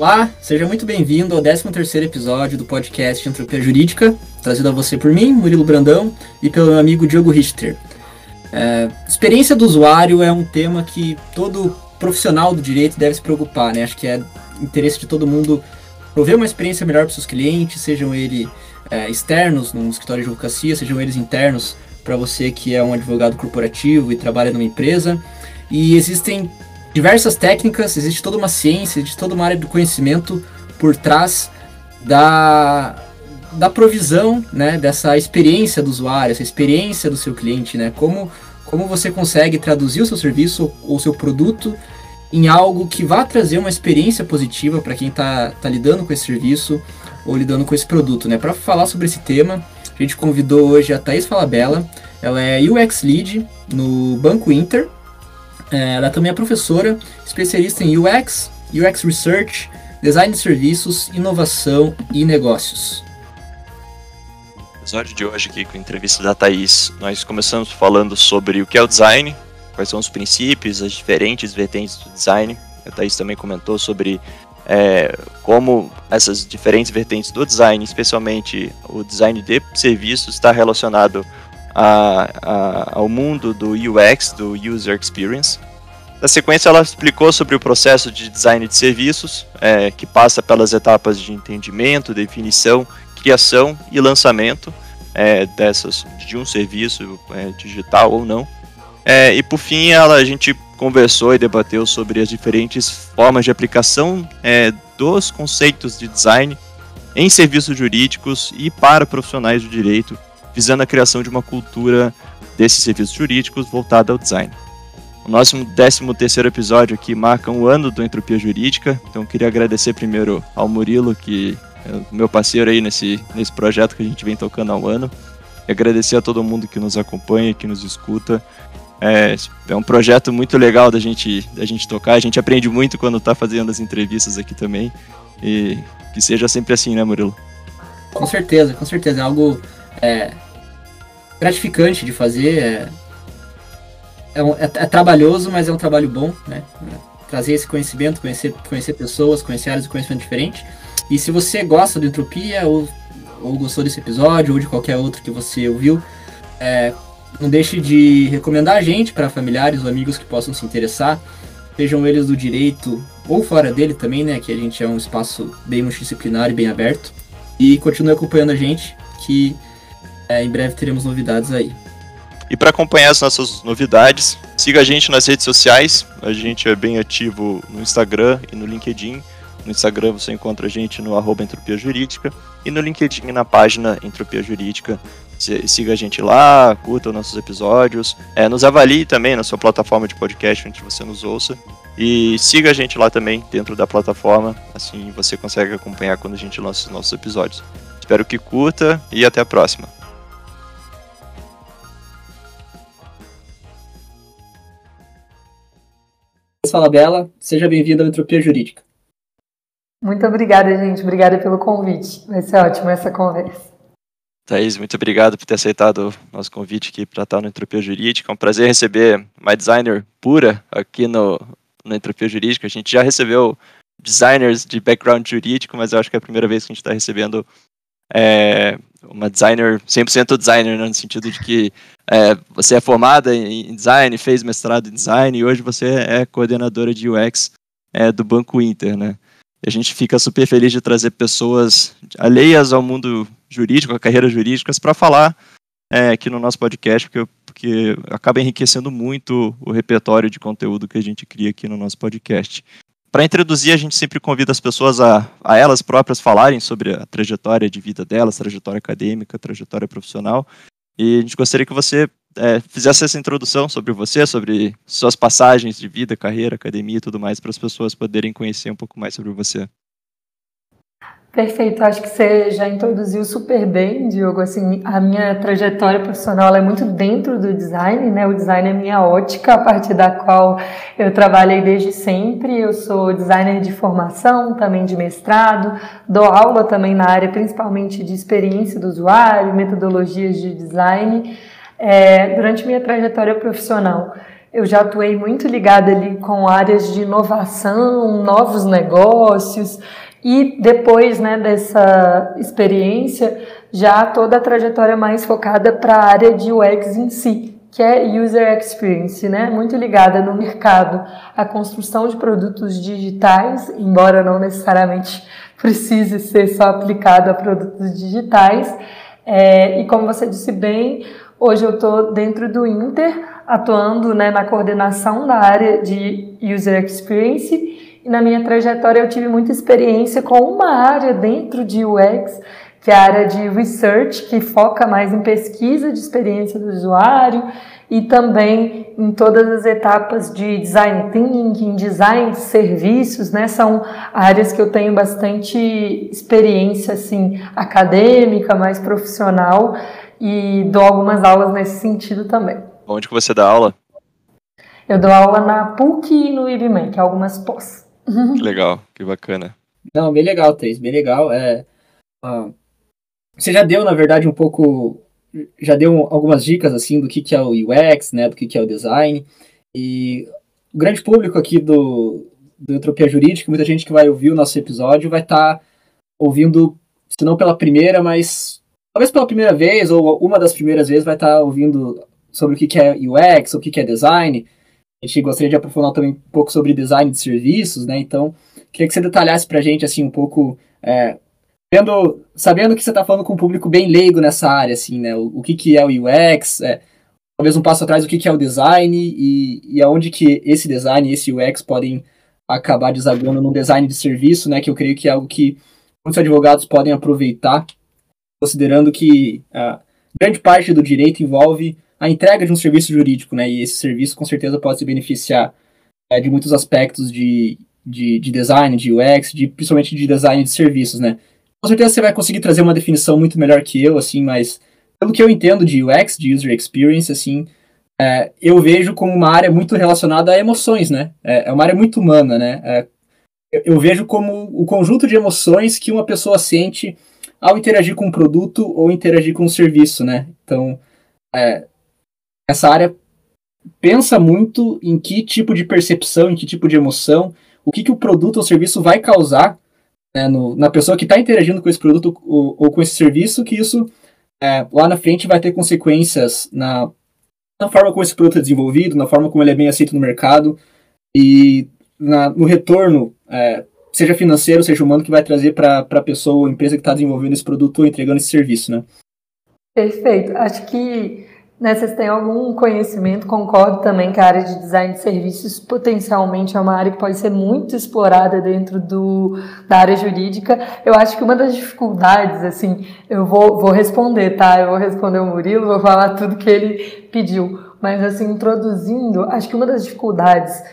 Olá, seja muito bem-vindo ao 13º episódio do podcast Entropia Jurídica, trazido a você por mim, Murilo Brandão, e pelo meu amigo Diogo Richter. Experiência do usuário é um tema que todo profissional do direito deve se preocupar, né? Acho que é interesse de todo mundo prover uma experiência melhor para os seus clientes, sejam eles externos num escritório de advocacia, sejam eles internos para você que é um advogado corporativo e trabalha numa empresa. E existem diversas técnicas, existe toda uma ciência, existe toda uma área do conhecimento por trás da provisão, né, dessa experiência do usuário, essa experiência do seu cliente, né? Como você consegue traduzir o seu serviço ou o seu produto em algo que vá trazer uma experiência positiva para quem está lidando com esse serviço ou lidando com esse produto, né? Para falar sobre esse tema, a gente convidou hoje a Thaís Falabella. Ela é UX Lead no Banco Inter. Ela também é professora, especialista em UX Research, Design de Serviços, Inovação e Negócios. No episódio de hoje aqui com a entrevista da Thaís, nós começamos falando sobre o que é o design, quais são os princípios, as diferentes vertentes do design. A Thaís também comentou sobre como essas diferentes vertentes do design, especialmente o design de serviços, está relacionado ao mundo do UX, do User Experience. Na sequência, ela explicou sobre o processo de design de serviços, que passa pelas etapas de entendimento, definição, criação e lançamento de um serviço digital ou não. E por fim, a gente conversou e debateu sobre as diferentes formas de aplicação dos conceitos de design em serviços jurídicos e para profissionais do direito, visando a criação de uma cultura desses serviços jurídicos voltada ao design. O nosso 13º episódio aqui marca um ano do Entropia Jurídica, então eu queria agradecer primeiro ao Murilo, que é o meu parceiro aí nesse projeto que a gente vem tocando há um ano, e agradecer a todo mundo que nos acompanha, que nos escuta. É um projeto muito legal da gente tocar, a gente aprende muito quando está fazendo as entrevistas aqui também, e que seja sempre assim, né, Murilo? Com certeza, é algo gratificante de fazer, é trabalhoso, mas é um trabalho bom, né? Trazer esse conhecimento, conhecer pessoas, conhecer áreas de conhecimento diferente. E se você gosta do Entropia, ou gostou desse episódio, ou de qualquer outro que você ouviu, não deixe de recomendar a gente para familiares ou amigos que possam se interessar, sejam eles do direito ou fora dele também, né? Que a gente é um espaço bem multidisciplinar e bem aberto. E continue acompanhando a gente, que em breve teremos novidades aí. E para acompanhar as nossas novidades, siga a gente nas redes sociais. A gente é bem ativo no Instagram e no LinkedIn. No Instagram você encontra a gente no @Entropia Jurídica e no LinkedIn na página Entropia Jurídica. Siga a gente lá, curta os nossos episódios, nos avalie também na sua plataforma de podcast onde você nos ouça. E siga a gente lá também dentro da plataforma, assim você consegue acompanhar quando a gente lança os nossos episódios. Espero que curta e até a próxima. Falabella, seja bem-vindo ao Entropia Jurídica. Muito obrigada, gente. Obrigada pelo convite. Vai ser ótimo essa conversa. Thaís, muito obrigado por ter aceitado o nosso convite aqui para estar no Entropia Jurídica. É um prazer receber uma designer pura aqui no Entropia Jurídica. A gente já recebeu designers de background jurídico, mas eu acho que é a primeira vez que a gente está recebendo uma designer, 100% designer, né, no sentido de que você é formada em design, fez mestrado em design e hoje você é coordenadora de UX do Banco Inter, né? E a gente fica super feliz de trazer pessoas alheias ao mundo jurídico, a carreiras jurídicas, para falar aqui no nosso podcast, porque acaba enriquecendo muito o repertório de conteúdo que a gente cria aqui no nosso podcast. Para introduzir, a gente sempre convida as pessoas a elas próprias falarem sobre a trajetória de vida delas, trajetória acadêmica, trajetória profissional. E a gente gostaria que você fizesse essa introdução sobre você, sobre suas passagens de vida, carreira, academia e tudo mais, para as pessoas poderem conhecer um pouco mais sobre você. Perfeito, acho que você já introduziu super bem, Diogo. Assim, a minha trajetória profissional é muito dentro do design, né? O design é minha ótica, a partir da qual eu trabalhei desde sempre. Eu sou designer de formação, também de mestrado, dou aula também na área principalmente de experiência do usuário, metodologias de design. Durante minha trajetória profissional, eu já atuei muito ligada ali com áreas de inovação, novos negócios, e depois, né, dessa experiência, já toda a trajetória mais focada para a área de UX em si, que é User Experience, né, muito ligada no mercado, a construção de produtos digitais, embora não necessariamente precise ser só aplicado a produtos digitais. E como você disse bem, hoje eu estou dentro do Inter, atuando, né, na coordenação da área de User Experience, e na minha trajetória eu tive muita experiência com uma área dentro de UX, que é a área de Research, que foca mais em pesquisa de experiência do usuário e também em todas as etapas de Design Thinking, Design de serviços, né? São áreas que eu tenho bastante experiência, assim, acadêmica, mais profissional, e dou algumas aulas nesse sentido também. Onde que você dá aula? Eu dou aula na PUC e no IBMEC, algumas pós. Que legal, que bacana. Não, bem legal, Thaís, bem legal. Você já deu, na verdade, um pouco... Já deu algumas dicas, assim, do que é o UX, né, do que é o design. E o grande público aqui do Entropia Jurídica, muita gente que vai ouvir o nosso episódio vai estar ouvindo, se não pela primeira, mas talvez pela primeira vez, ou uma das primeiras vezes, vai estar ouvindo sobre o que é UX, o que é design. A gente gostaria de aprofundar também um pouco sobre design de serviços, né? Então, queria que você detalhasse para a gente, assim, um pouco... sabendo que você está falando com um público bem leigo nessa área, assim, né? O que é o UX, talvez um passo atrás, o que é o design e aonde que esse design e esse UX podem acabar desaguando num design de serviço, né? Que eu creio que é algo que muitos advogados podem aproveitar, considerando que grande parte do direito envolve a entrega de um serviço jurídico, né? E esse serviço, com certeza, pode se beneficiar de muitos aspectos de design, de UX, principalmente de design de serviços, né? Com certeza você vai conseguir trazer uma definição muito melhor que eu, assim, mas pelo que eu entendo de UX, de User Experience, assim, eu vejo como uma área muito relacionada a emoções, né? É uma área muito humana, né? Eu vejo como o conjunto de emoções que uma pessoa sente ao interagir com um produto ou interagir com um serviço, né? Então, essa área pensa muito em que tipo de percepção, em que tipo de emoção, o que o produto ou serviço vai causar, né, na pessoa que está interagindo com esse produto ou com esse serviço, que isso lá na frente vai ter consequências na forma como esse produto é desenvolvido, na forma como ele é bem aceito no mercado e no retorno, seja financeiro, seja humano, que vai trazer para a pessoa ou empresa que está desenvolvendo esse produto ou entregando esse serviço, né? Perfeito. Acho que, né, vocês têm algum conhecimento, concordo também que a área de design de serviços potencialmente é uma área que pode ser muito explorada dentro da área jurídica. Eu acho que uma das dificuldades, assim, eu vou responder, tá? Eu vou responder o Murilo, vou falar tudo que ele pediu. Mas, assim, introduzindo, acho que uma das dificuldades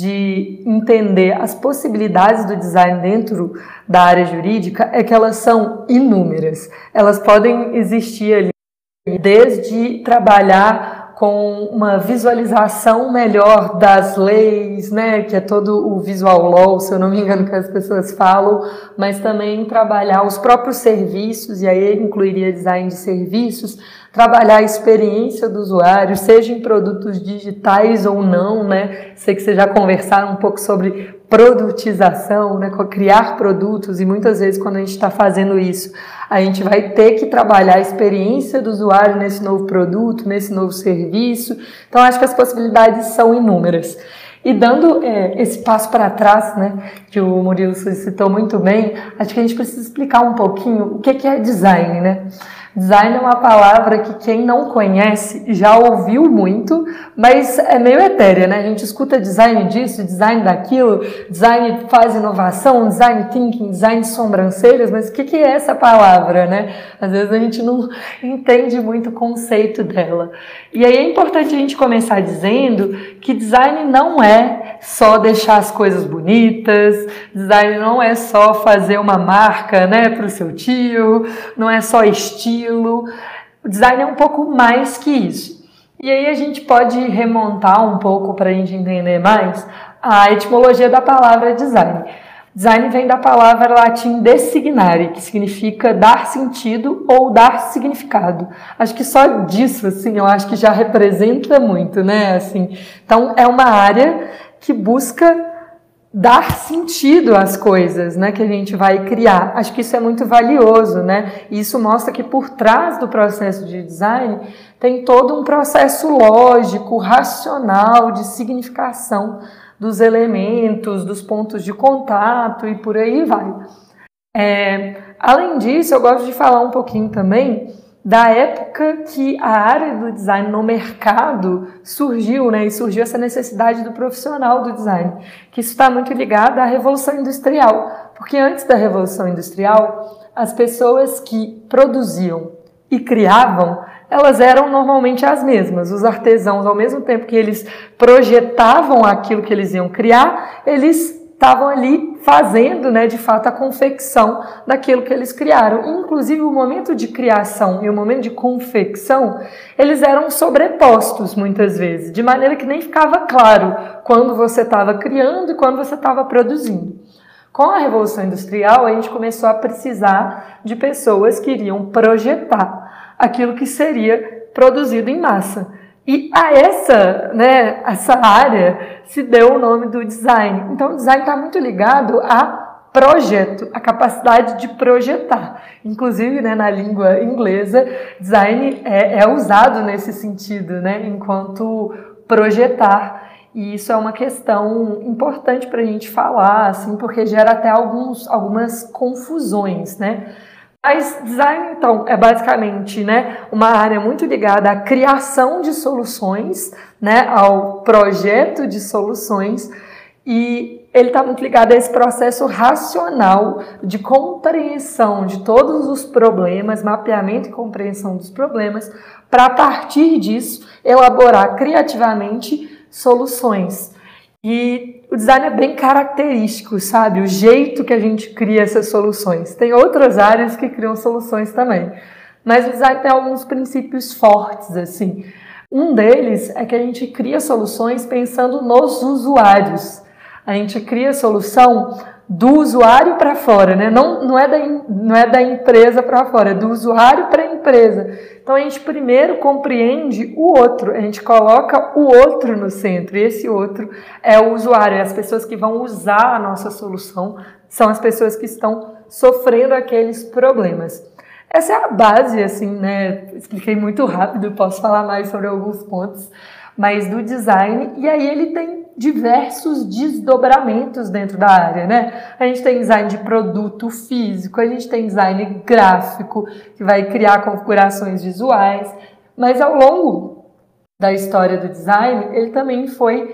de entender as possibilidades do design dentro da área jurídica é que elas são inúmeras. Elas podem existir ali desde trabalhar com uma visualização melhor das leis, né, que é todo o visual law, se eu não me engano, que as pessoas falam, mas também trabalhar os próprios serviços, e aí ele incluiria design de serviços, trabalhar a experiência do usuário, seja em produtos digitais ou não, né? Sei que vocês já conversaram um pouco sobre produtização, né? Criar produtos, e muitas vezes quando a gente está fazendo isso, a gente vai ter que trabalhar a experiência do usuário nesse novo produto, nesse novo serviço. Então, acho que as possibilidades são inúmeras. E dando esse passo para trás, né, que o Murilo citou muito bem, acho que a gente precisa explicar um pouquinho o que é design, né? Design é uma palavra que quem não conhece já ouviu muito, mas é meio etérea, né? A gente escuta design disso, design daquilo, design faz inovação, design thinking, design de sobrancelhas, mas o que é essa palavra, né? Às vezes a gente não entende muito o conceito dela. E aí é importante a gente começar dizendo que design não é só deixar as coisas bonitas, design não é só fazer uma marca, né, para o seu tio, não é só estilo. O design é um pouco mais que isso. E aí a gente pode remontar um pouco para a gente entender mais a etimologia da palavra design. Design vem da palavra latim designare, que significa dar sentido ou dar significado. Acho que só disso, assim, eu acho que já representa muito, né? Assim, então, é uma área que busca dar sentido às coisas, né, que a gente vai criar. Acho que isso é muito valioso, né? E isso mostra que por trás do processo de design tem todo um processo lógico, racional, de significação dos elementos, dos pontos de contato e por aí vai. Além disso, eu gosto de falar um pouquinho também da época que a área do design no mercado surgiu, né? E surgiu essa necessidade do profissional do design, que isso está muito ligado à Revolução Industrial, porque antes da Revolução Industrial, as pessoas que produziam e criavam, elas eram normalmente as mesmas. Os artesãos, ao mesmo tempo que eles projetavam aquilo que eles iam criar, eles estavam ali fazendo, né, de fato, a confecção daquilo que eles criaram. Inclusive, o momento de criação e o momento de confecção, eles eram sobrepostos, muitas vezes, de maneira que nem ficava claro quando você estava criando e quando você estava produzindo. Com a Revolução Industrial, a gente começou a precisar de pessoas que iriam projetar aquilo que seria produzido em massa. E a essa área se deu o nome do design. Então, o design está muito ligado a projeto, a capacidade de projetar. Inclusive, né, na língua inglesa, design é usado nesse sentido, né, enquanto projetar. E isso é uma questão importante para a gente falar, assim, porque gera até algumas confusões, né? Mas design, então, é basicamente, né, uma área muito ligada à criação de soluções, né, ao projeto de soluções, e ele está muito ligado a esse processo racional de compreensão de todos os problemas, mapeamento e compreensão dos problemas, para, a partir disso, elaborar criativamente soluções. E o design é bem característico, sabe? O jeito que a gente cria essas soluções. Tem outras áreas que criam soluções também. Mas o design tem alguns princípios fortes, assim. Um deles é que a gente cria soluções pensando nos usuários. A gente cria solução do usuário para fora, né? Não é da empresa para fora, é do usuário para a empresa. Então, a gente primeiro compreende o outro, a gente coloca o outro no centro, e esse outro é o usuário, é as pessoas que vão usar a nossa solução, são as pessoas que estão sofrendo aqueles problemas. Essa é a base, assim, né? Expliquei muito rápido, posso falar mais sobre alguns pontos, mas do design, e aí ele tem diversos desdobramentos dentro da área, né? A gente tem design de produto físico, a gente tem design gráfico, que vai criar configurações visuais, mas ao longo da história do design, ele também foi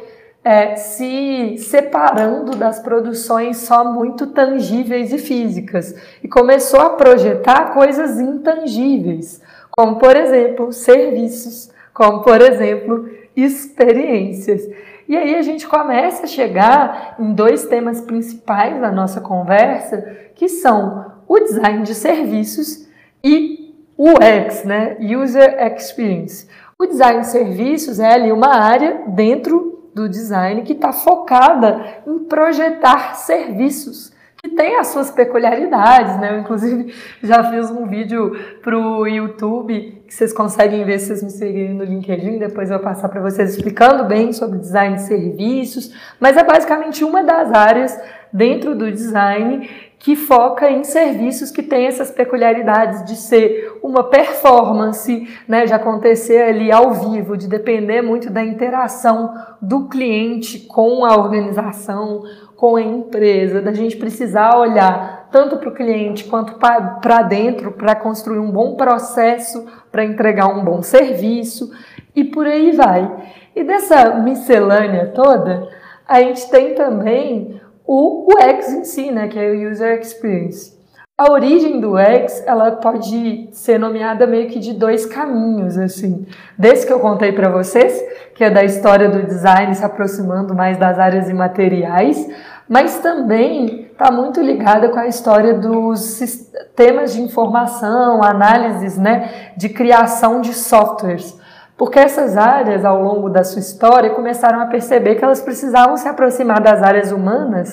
se separando das produções só muito tangíveis e físicas, e começou a projetar coisas intangíveis, como, por exemplo, serviços, como, por exemplo, experiências. E aí a gente começa a chegar em dois temas principais da nossa conversa, que são o design de serviços e o UX, né? User Experience. O design de serviços é ali uma área dentro do design que está focada em projetar serviços, que tem as suas peculiaridades, né? Eu, inclusive, já fiz um vídeo para o YouTube, que vocês conseguem ver se vocês me seguirem no LinkedIn, depois eu vou passar para vocês explicando bem sobre design de serviços, mas é basicamente uma das áreas dentro do design que foca em serviços que têm essas peculiaridades de ser uma performance, né, de acontecer ali ao vivo, de depender muito da interação do cliente com a organização, com a empresa, da gente precisar olhar tanto para o cliente quanto para dentro para construir um bom processo, para entregar um bom serviço e por aí vai. E dessa miscelânea toda, a gente tem também o UX em si, né, que é o User Experience. A origem do UX, ela pode ser nomeada meio que de dois caminhos, assim. Desse que eu contei para vocês, que é da história do design se aproximando mais das áreas imateriais, mas também está muito ligada com a história dos sistemas de informação, análises, né, de criação de softwares. Porque essas áreas, ao longo da sua história, começaram a perceber que elas precisavam se aproximar das áreas humanas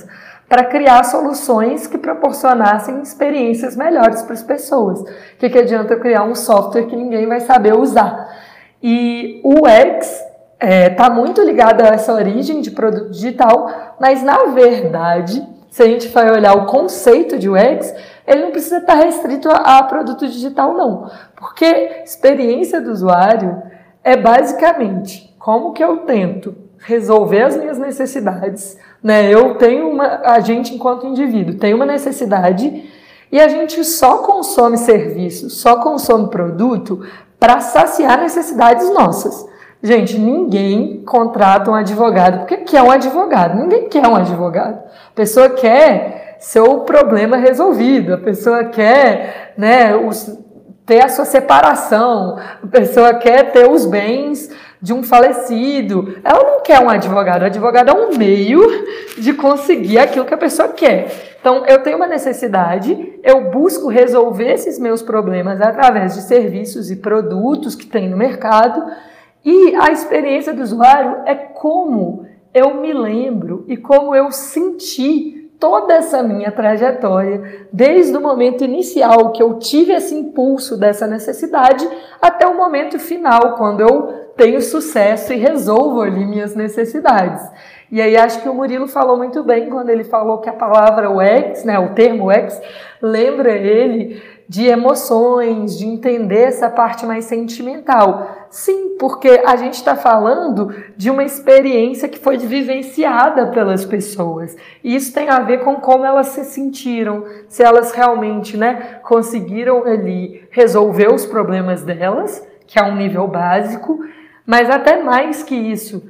para criar soluções que proporcionassem experiências melhores para as pessoas. O que adianta eu criar um software que ninguém vai saber usar? E o UX está muito ligado a essa origem de produto digital, mas na verdade, se a gente for olhar o conceito de UX, ele não precisa estar restrito a produto digital, não. Porque experiência do usuário é basicamente como que eu tento resolver as minhas necessidades, né? A gente enquanto indivíduo tem uma necessidade e a gente só consome serviço, só consome produto para saciar necessidades nossas. Gente, ninguém contrata um advogado porque quer um advogado. Ninguém quer um advogado. A pessoa quer seu problema resolvido. A pessoa quer, né, ter a sua separação. A pessoa quer ter os bens de um falecido. Ela não quer um advogado. O advogado é um meio de conseguir aquilo que a pessoa quer. Então, eu tenho uma necessidade, eu busco resolver esses meus problemas através de serviços e produtos que tem no mercado. E a experiência do usuário é como eu me lembro e como eu senti toda essa minha trajetória, desde o momento inicial que eu tive esse impulso dessa necessidade, até o momento final, quando eu tenho sucesso e resolvo ali minhas necessidades. E aí acho que o Murilo falou muito bem quando ele falou que a palavra UX, né, o termo UX, lembra ele de emoções, de entender essa parte mais sentimental. Sim, porque a gente está falando de uma experiência que foi vivenciada pelas pessoas. E isso tem a ver com como elas se sentiram, se elas realmente, né, conseguiram ali resolver os problemas delas, que é um nível básico, mas até mais que isso.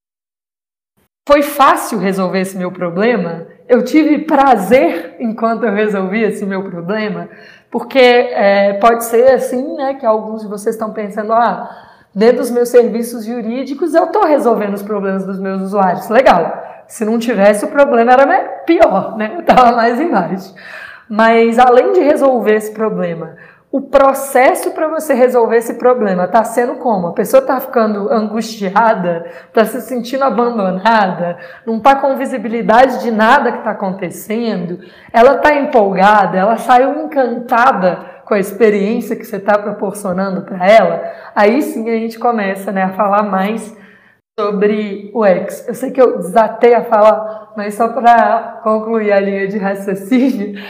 Foi fácil resolver esse meu problema? Eu tive prazer enquanto eu resolvi esse meu problema? Porque pode ser assim, né, que alguns de vocês estão pensando, dentro dos meus serviços jurídicos eu estou resolvendo os problemas dos meus usuários. Legal. Se não tivesse, o problema era pior, né? Eu estava mais embaixo. Mas além de resolver esse problema, o processo para você resolver esse problema está sendo como? A pessoa está ficando angustiada, está se sentindo abandonada, não está com visibilidade de nada que está acontecendo, ela está empolgada, ela saiu encantada com a experiência que você está proporcionando para ela. Aí sim a gente começa, né, a falar mais sobre o UX. Eu sei que eu desatei a falar, mas só para concluir a linha de raciocínio,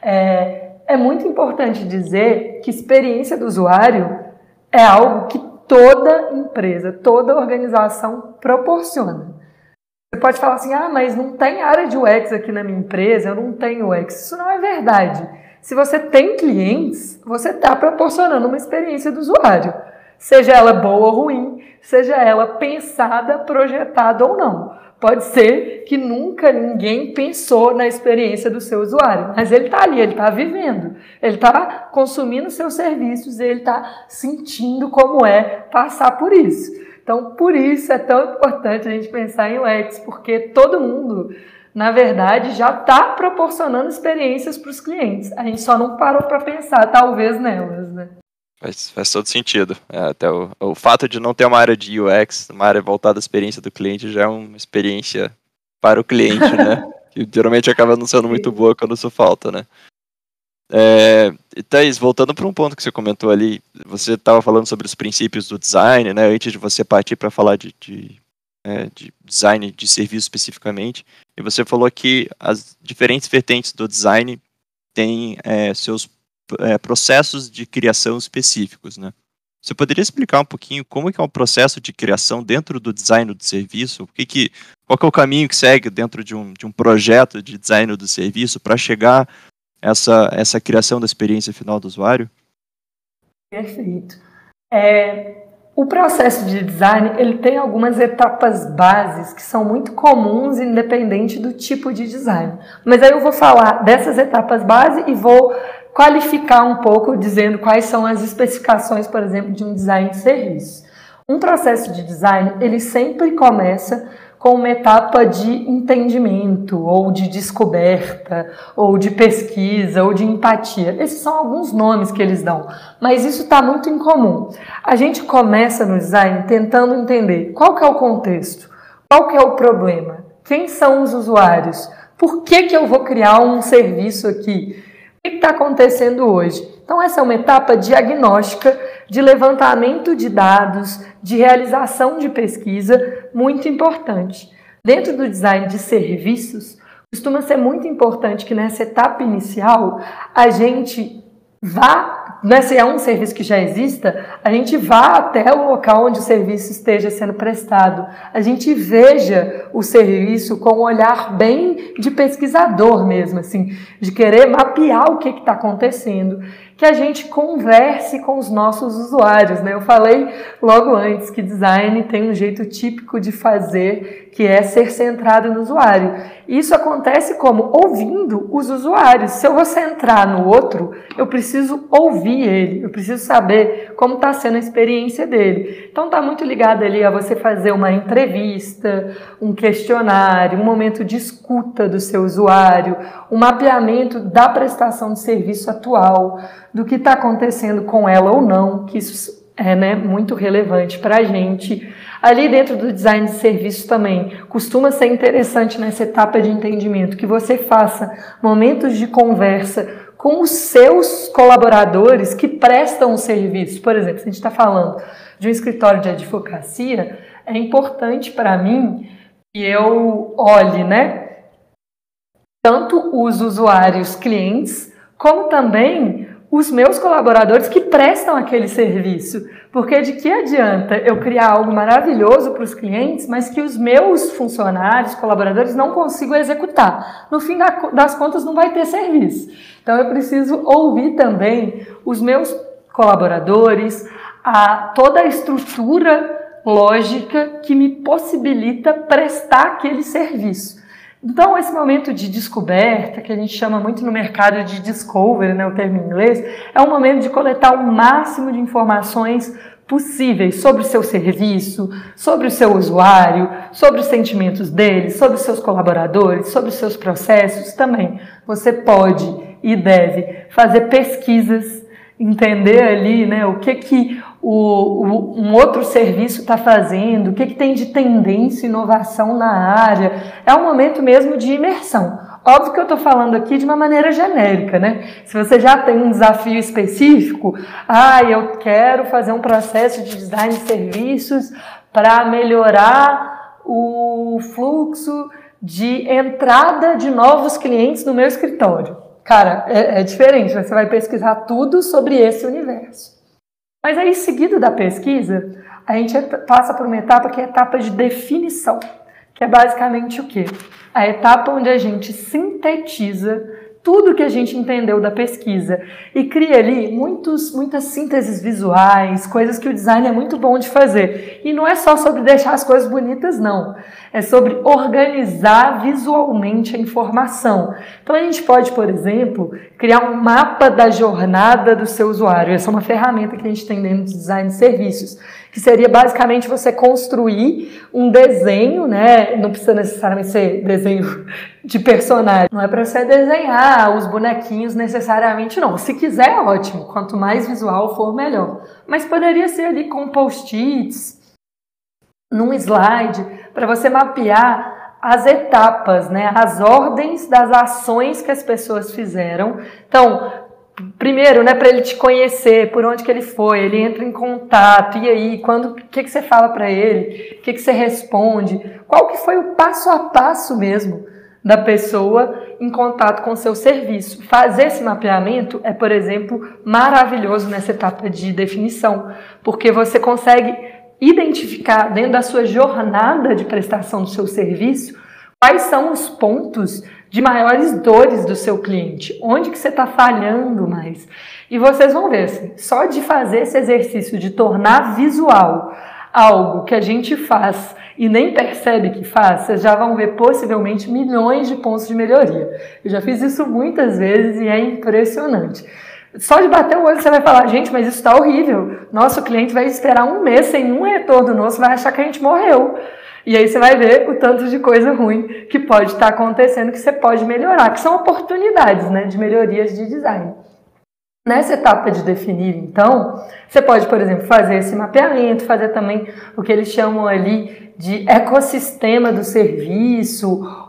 é muito importante dizer que experiência do usuário é algo que toda empresa, toda organização proporciona. Você pode falar assim, mas não tem área de UX aqui na minha empresa, eu não tenho UX. Isso não é verdade. Se você tem clientes, você está proporcionando uma experiência do usuário. Seja ela boa ou ruim, seja ela pensada, projetada ou não. Pode ser que nunca ninguém pensou na experiência do seu usuário, mas ele está ali, ele está vivendo, ele está consumindo seus serviços, ele está sentindo como é passar por isso. Então, por isso é tão importante a gente pensar em UX, porque todo mundo, na verdade, já está proporcionando experiências para os clientes. A gente só não parou para pensar, talvez, nelas, né? Faz todo sentido. Até o fato de não ter uma área de UX, uma área voltada à experiência do cliente, já é uma experiência para o cliente, né? Que geralmente acaba não sendo muito boa quando isso falta, né? Thaís, voltando para um ponto que você comentou ali, você estava falando sobre os princípios do design, né? Antes de você partir para falar de design de serviço especificamente, e você falou que as diferentes vertentes do design têm seus processos de criação específicos, né? Você poderia explicar um pouquinho como que é um processo de criação dentro do design do serviço? Qual que é o caminho que segue dentro de um projeto de design do serviço para chegar a essa criação da experiência final do usuário? Perfeito. O processo de design, ele tem algumas etapas bases que são muito comuns, independente do tipo de design. Mas aí eu vou falar dessas etapas base e vou qualificar um pouco, dizendo quais são as especificações, por exemplo, de um design de serviço. Um processo de design, ele sempre começa com uma etapa de entendimento, ou de descoberta, ou de pesquisa, ou de empatia. Esses são alguns nomes que eles dão, mas isso está muito incomum. A gente começa no design tentando entender qual que é o contexto, qual que é o problema, quem são os usuários, Por que eu vou criar um serviço aqui? O que está acontecendo hoje? Então, essa é uma etapa diagnóstica, de levantamento de dados, de realização de pesquisa, muito importante. Dentro do design de serviços, costuma ser muito importante que nessa etapa inicial a gente vá, se é um serviço que já exista, a gente vá até o local onde o serviço esteja sendo prestado. A gente veja o serviço com um olhar bem de pesquisador mesmo, assim, de querer mapear o que está acontecendo. Que a gente converse com os nossos usuários, né? Eu falei logo antes que design tem um jeito típico de fazer, que é ser centrado no usuário. Isso acontece como? Ouvindo os usuários. Se eu vou centrar no outro, eu preciso ouvir ele, eu preciso saber como está sendo a experiência dele. Então está muito ligado ali a você fazer uma entrevista, um questionário, um momento de escuta do seu usuário, um mapeamento da prestação de serviço atual, do que está acontecendo com ela ou não, que isso é, né, muito relevante para a gente. Ali dentro do design de serviço também, costuma ser interessante nessa etapa de entendimento que você faça momentos de conversa com os seus colaboradores que prestam o serviço. Por exemplo, se a gente está falando de um escritório de advocacia, é importante para mim que eu olhe, né, tanto os usuários clientes, como também os meus colaboradores que prestam aquele serviço. Porque de que adianta eu criar algo maravilhoso para os clientes, mas que os meus funcionários, colaboradores não consigam executar? No fim das contas não vai ter serviço. Então eu preciso ouvir também os meus colaboradores, toda a estrutura lógica que me possibilita prestar aquele serviço. Então, esse momento de descoberta, que a gente chama muito no mercado de discovery, né, o termo em inglês, é um momento de coletar o máximo de informações possíveis sobre o seu serviço, sobre o seu usuário, sobre os sentimentos dele, sobre os seus colaboradores, sobre os seus processos também. Você pode e deve fazer pesquisas, entender ali, né, o que um outro serviço está fazendo, o que tem de tendência e inovação na área. É um momento mesmo de imersão. Óbvio que eu estou falando aqui de uma maneira genérica, né? Se você já tem um desafio específico, eu quero fazer um processo de design de serviços para melhorar o fluxo de entrada de novos clientes no meu escritório. Cara, é diferente, você vai pesquisar tudo sobre esse universo. Mas aí, seguido da pesquisa, a gente passa por uma etapa que é a etapa de definição, que é basicamente o quê? A etapa onde a gente sintetiza tudo que a gente entendeu da pesquisa e cria ali muitas sínteses visuais, coisas que o design é muito bom de fazer. E não é só sobre deixar as coisas bonitas, não. É sobre organizar visualmente a informação. Então a gente pode, por exemplo, criar um mapa da jornada do seu usuário. Essa é uma ferramenta que a gente tem dentro do design de serviços, que seria basicamente você construir um desenho, né? Não precisa necessariamente ser desenho de personagem. Não é para você desenhar os bonequinhos necessariamente, não. Se quiser, é ótimo. Quanto mais visual for, melhor. Mas poderia ser ali com post-its, num slide, para você mapear as etapas, né? As ordens das ações que as pessoas fizeram. Então, primeiro, né, para ele te conhecer, por onde que ele foi, ele entra em contato, e aí, o que você fala para ele, o que você responde, qual que foi o passo a passo mesmo da pessoa em contato com o seu serviço. Fazer esse mapeamento é, por exemplo, maravilhoso nessa etapa de definição, porque você consegue identificar dentro da sua jornada de prestação do seu serviço quais são os pontos de maiores dores do seu cliente, onde que você está falhando mais. E vocês vão ver, assim, só de fazer esse exercício de tornar visual algo que a gente faz e nem percebe que faz, vocês já vão ver possivelmente milhões de pontos de melhoria. Eu já fiz isso muitas vezes e é impressionante. Só de bater o olho você vai falar, gente, mas isso está horrível. Nosso cliente vai esperar um mês sem um retorno nosso, vai achar que a gente morreu. E aí você vai ver o tanto de coisa ruim que pode estar acontecendo, que você pode melhorar, que são oportunidades, né, de melhorias de design. Nessa etapa de definir, então, você pode, por exemplo, fazer esse mapeamento, fazer também o que eles chamam ali de ecossistema do serviço,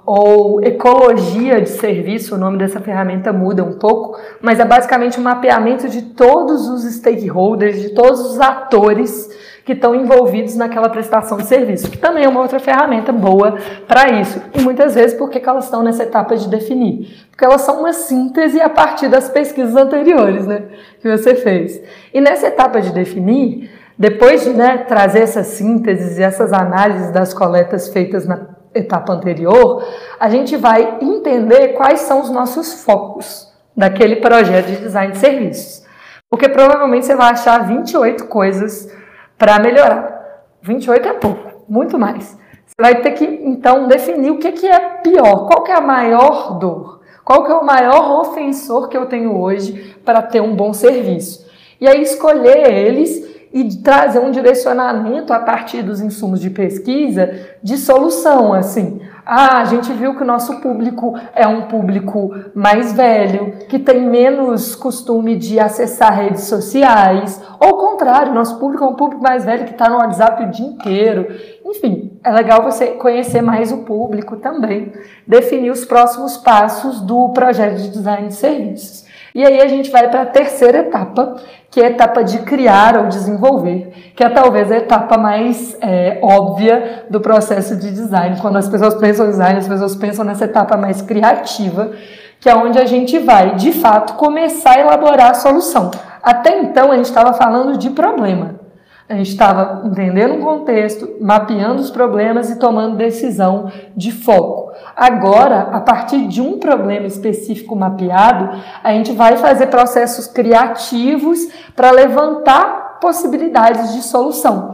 ou ecologia de serviço, o nome dessa ferramenta muda um pouco, mas é basicamente um mapeamento de todos os stakeholders, de todos os atores que estão envolvidos naquela prestação de serviço, que também é uma outra ferramenta boa para isso. E muitas vezes, por que elas estão nessa etapa de definir? Porque elas são uma síntese a partir das pesquisas anteriores, né, que você fez. E nessa etapa de definir, depois de, né, trazer essas sínteses e essas análises das coletas feitas na etapa anterior, a gente vai entender quais são os nossos focos daquele projeto de design de serviços. Porque provavelmente você vai achar 28 coisas para melhorar. 28 é pouco, muito mais. Você vai ter que, então, definir o que é pior, qual que é a maior dor, qual que é o maior ofensor que eu tenho hoje para ter um bom serviço. E aí escolher eles e trazer um direcionamento a partir dos insumos de pesquisa de solução, assim. A gente viu que o nosso público é um público mais velho, que tem menos costume de acessar redes sociais, ou ao contrário, nosso público é um público mais velho que está no WhatsApp o dia inteiro. Enfim, é legal você conhecer mais o público também, definir os próximos passos do projeto de design de serviços. E aí a gente vai para a terceira etapa, que é a etapa de criar ou desenvolver, que é talvez a etapa mais óbvia do processo de design. Quando as pessoas pensam em design, as pessoas pensam nessa etapa mais criativa, que é onde a gente vai, de fato, começar a elaborar a solução. Até então, a gente estava falando de problema. A gente estava entendendo o contexto, mapeando os problemas e tomando decisão de foco. Agora, a partir de um problema específico mapeado, a gente vai fazer processos criativos para levantar possibilidades de solução.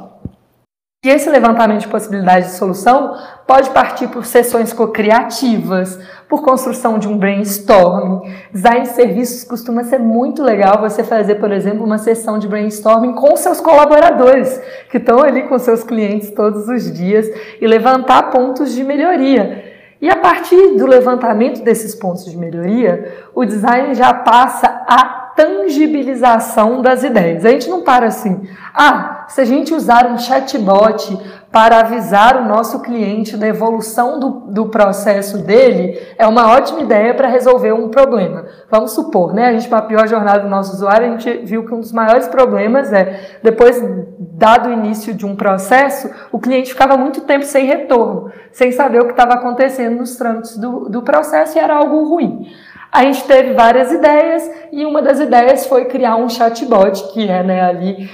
E esse levantamento de possibilidades de solução pode partir por sessões co-criativas, por construção de um brainstorming. Design de serviços costuma ser muito legal você fazer, por exemplo, uma sessão de brainstorming com seus colaboradores, que estão ali com seus clientes todos os dias, e levantar pontos de melhoria. E a partir do levantamento desses pontos de melhoria, o design já passa a tangibilização das ideias. A gente não para assim, se a gente usar um chatbot para avisar o nosso cliente da evolução do processo dele, é uma ótima ideia para resolver um problema. Vamos supor, né? A gente mapeou a jornada do nosso usuário, a gente viu que um dos maiores problemas depois, dado o início de um processo, o cliente ficava muito tempo sem retorno, sem saber o que estava acontecendo nos trâmites do processo, e era algo ruim. A gente teve várias ideias, e uma das ideias foi criar um chatbot, que é, né, ali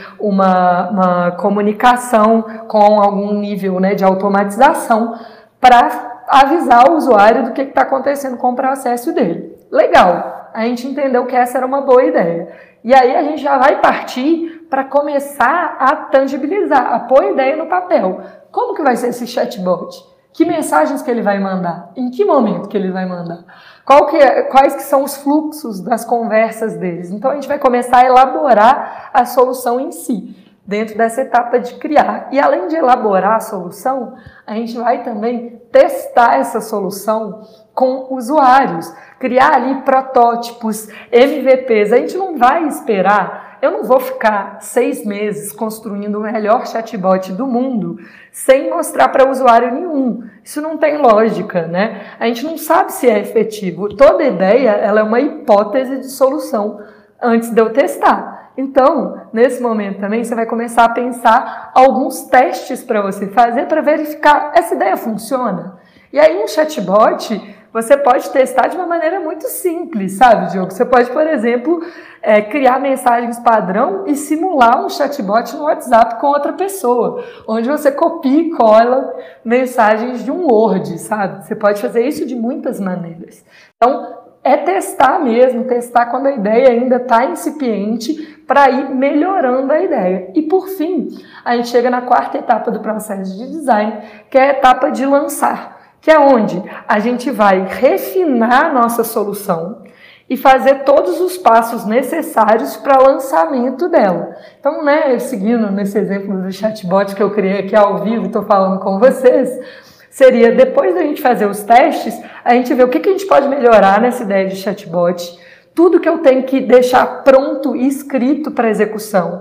uma comunicação com algum nível, né, de automatização para avisar o usuário do que está acontecendo com o processo dele. Legal, a gente entendeu que essa era uma boa ideia. E aí a gente já vai partir para começar a tangibilizar, a pôr a ideia no papel. Como que vai ser esse chatbot? Que mensagens que ele vai mandar? Em que momento que ele vai mandar? Quais que são os fluxos das conversas deles? Então, a gente vai começar a elaborar a solução em si, dentro dessa etapa de criar. E, além de elaborar a solução, a gente vai também testar essa solução com usuários, criar ali protótipos, MVPs. A gente não vai esperar. Eu não vou ficar 6 meses construindo o melhor chatbot do mundo sem mostrar para usuário nenhum. Isso não tem lógica, né? A gente não sabe se é efetivo. Toda ideia, ela é uma hipótese de solução antes de eu testar. Então, nesse momento também, você vai começar a pensar alguns testes para você fazer para verificar essa ideia funciona. E aí um chatbot você pode testar de uma maneira muito simples, sabe, Diogo? Você pode, por exemplo, criar mensagens padrão e simular um chatbot no WhatsApp com outra pessoa, onde você copia e cola mensagens de um Word, sabe? Você pode fazer isso de muitas maneiras. Então, é testar mesmo, testar quando a ideia ainda está incipiente para ir melhorando a ideia. E, por fim, a gente chega na quarta etapa do processo de design, que é a etapa de lançar, que é onde a gente vai refinar a nossa solução e fazer todos os passos necessários para lançamento dela. Então, né, seguindo nesse exemplo do chatbot que eu criei aqui ao vivo, estou falando com vocês, seria, depois da gente fazer os testes, a gente ver o que a gente pode melhorar nessa ideia de chatbot, tudo que eu tenho que deixar pronto e escrito para execução.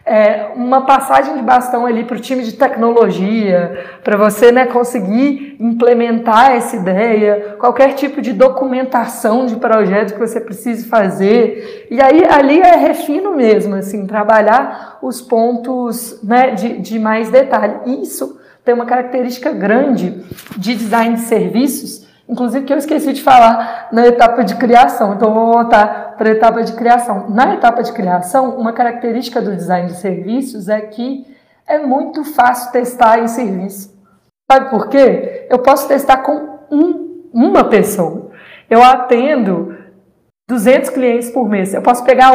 uma passagem de bastão ali para o time de tecnologia, para você, né, conseguir implementar essa ideia, qualquer tipo de documentação de projeto que você precise fazer. E aí ali é refino mesmo, assim, trabalhar os pontos, né, de mais detalhe. Isso tem uma característica grande de design de serviços, inclusive que eu esqueci de falar na etapa de criação, então vou voltar para a etapa de criação. Na etapa de criação, uma característica do design de serviços é que é muito fácil testar em serviço. Sabe por quê? Eu posso testar com uma pessoa. Eu atendo 200 clientes por mês. Eu posso pegar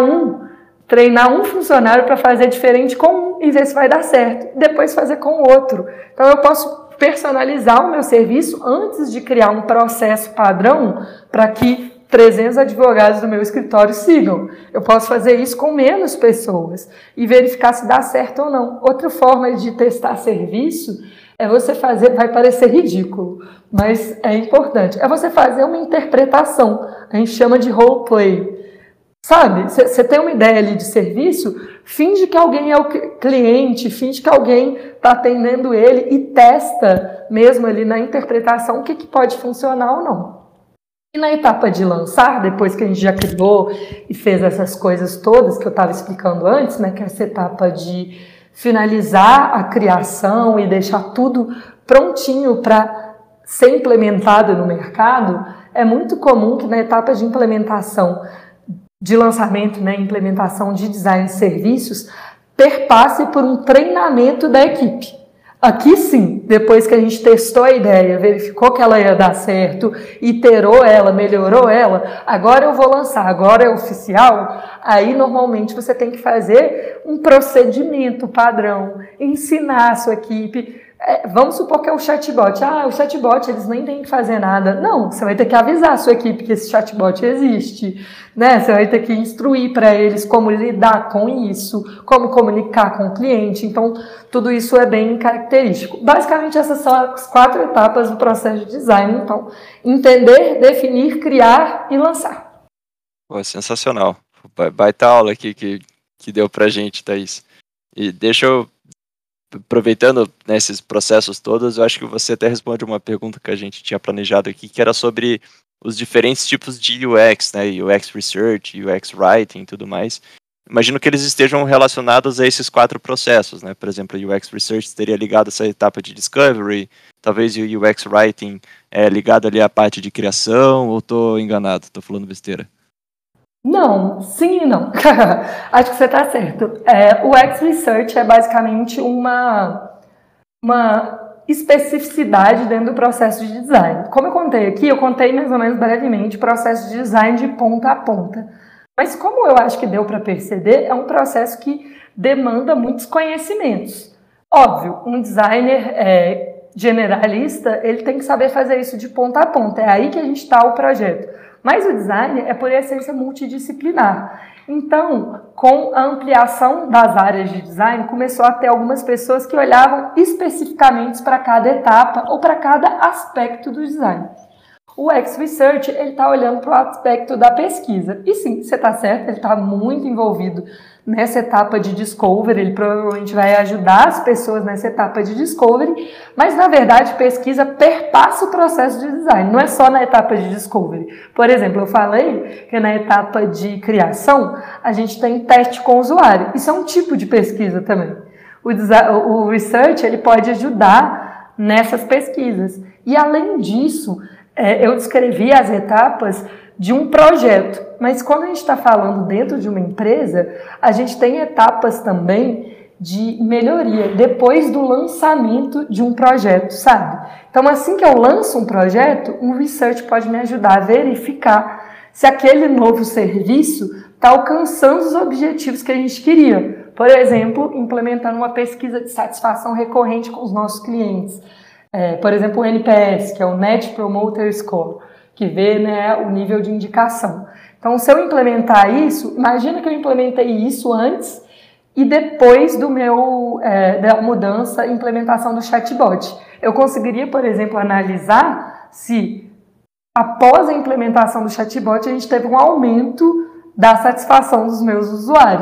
treinar um funcionário para fazer diferente com um e ver se vai dar certo. Depois fazer com o outro. Então eu posso personalizar o meu serviço antes de criar um processo padrão para que 300 advogados do meu escritório sigam. Eu posso fazer isso com menos pessoas e verificar se dá certo ou não. Outra forma de testar serviço é você fazer, vai parecer ridículo, mas é importante, é você fazer uma interpretação. A gente chama de roleplay. Sabe, você tem uma ideia ali de serviço, finge que alguém é o cliente, finge que alguém está atendendo ele e testa mesmo ali na interpretação o que pode funcionar ou não. E na etapa de lançar, depois que a gente já criou e fez essas coisas todas que eu estava explicando antes, né, que é essa etapa de finalizar a criação e deixar tudo prontinho para ser implementado no mercado, é muito comum que na etapa de implementação de lançamento, né, implementação de design de serviços, perpasse por um treinamento da equipe. Aqui sim, depois que a gente testou a ideia, verificou que ela ia dar certo, iterou ela, melhorou ela, agora eu vou lançar, agora é oficial, aí normalmente você tem que fazer um procedimento padrão, ensinar a sua equipe. Vamos supor que é o chatbot. O chatbot, eles nem têm que fazer nada. Não, você vai ter que avisar a sua equipe que esse chatbot existe, né? Você vai ter que instruir para eles como lidar com isso, como comunicar com o cliente. Então, tudo isso é bem característico. Basicamente, essas são as 4 etapas do processo de design. Então, entender, definir, criar e lançar. Pô, sensacional. Baita aula aqui que deu pra gente, Thaís. E deixa eu, aproveitando nesses processos todos, eu acho que você até responde uma pergunta que a gente tinha planejado aqui, que era sobre os diferentes tipos de UX, né, UX Research, UX Writing e tudo mais. Imagino que eles estejam relacionados a esses 4 processos, né, por exemplo, o UX Research estaria ligado a essa etapa de Discovery, talvez o UX Writing ligado ali à parte de criação, ou estou enganado, estou falando besteira? Não, sim e não. Acho que você está certo. O UX Research é basicamente uma especificidade dentro do processo de design. Como eu contei aqui, eu contei mais ou menos brevemente o processo de design de ponta a ponta. Mas como eu acho que deu para perceber, é um processo que demanda muitos conhecimentos. Óbvio, um designer generalista, ele tem que saber fazer isso de ponta a ponta. É aí que a gente está o projeto. Mas o design é, por essência, multidisciplinar. Então, com a ampliação das áreas de design, começou a ter algumas pessoas que olhavam especificamente para cada etapa ou para cada aspecto do design. O UX Research, ele está olhando para o aspecto da pesquisa. E sim, você está certo, ele está muito envolvido nessa etapa de discovery, ele provavelmente vai ajudar as pessoas nessa etapa de discovery, mas na verdade pesquisa perpassa o processo de design, não é só na etapa de discovery. Por exemplo, eu falei que na etapa de criação a gente tem teste com o usuário, isso é um tipo de pesquisa também. O research, ele pode ajudar nessas pesquisas. E além disso, eu descrevi as etapas de um projeto, mas quando a gente está falando dentro de uma empresa, a gente tem etapas também de melhoria, depois do lançamento de um projeto, sabe? Então, assim que eu lanço um projeto, um research pode me ajudar a verificar se aquele novo serviço está alcançando os objetivos que a gente queria. Por exemplo, implementando uma pesquisa de satisfação recorrente com os nossos clientes. Por exemplo, o NPS, que é o Net Promoter Score, que vê, né, o nível de indicação. Então, se eu implementar isso, imagina que eu implementei isso antes e depois do da mudança e implementação do chatbot. Eu conseguiria, por exemplo, analisar se após a implementação do chatbot a gente teve um aumento da satisfação dos meus usuários.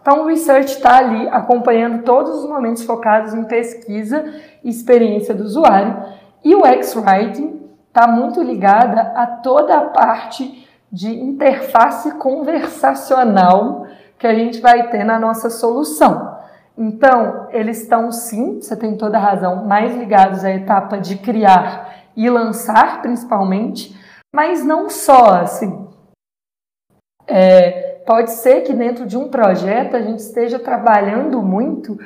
Então, o research está ali acompanhando todos os momentos focados em pesquisa e experiência do usuário. E o X-Writing está muito ligada a toda a parte de interface conversacional que a gente vai ter na nossa solução. Então, eles estão, sim, você tem toda a razão, mais ligados à etapa de criar e lançar, principalmente, mas não só, assim. Pode ser que dentro de um projeto a gente esteja trabalhando muito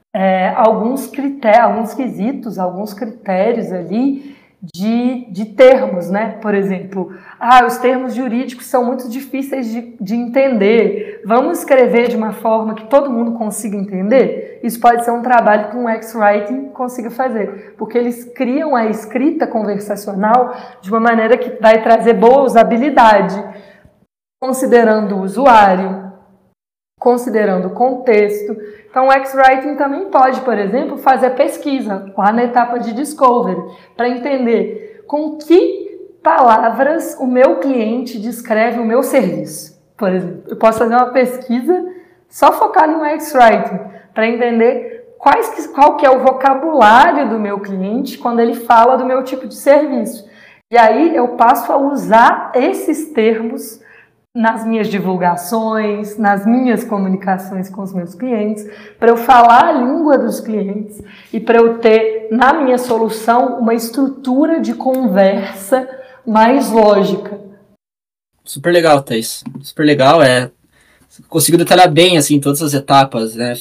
alguns quesitos, alguns critérios ali de termos, né? Por exemplo, os termos jurídicos são muito difíceis de entender. Vamos escrever de uma forma que todo mundo consiga entender? Isso pode ser um trabalho que um X-Writing consiga fazer, porque eles criam a escrita conversacional de uma maneira que vai trazer boa usabilidade, considerando o usuário, considerando o contexto. Então, o X-Writing também pode, por exemplo, fazer pesquisa lá na etapa de discovery, para entender com que palavras o meu cliente descreve o meu serviço. Por exemplo, eu posso fazer uma pesquisa só focada no X-Writing, para entender qual que é o vocabulário do meu cliente quando ele fala do meu tipo de serviço. E aí eu passo a usar esses termos nas minhas divulgações, nas minhas comunicações com os meus clientes, para eu falar a língua dos clientes e para eu ter, na minha solução, uma estrutura de conversa mais lógica. Super legal, Thaís. Super legal. Conseguiu detalhar bem, assim, todas as etapas, né?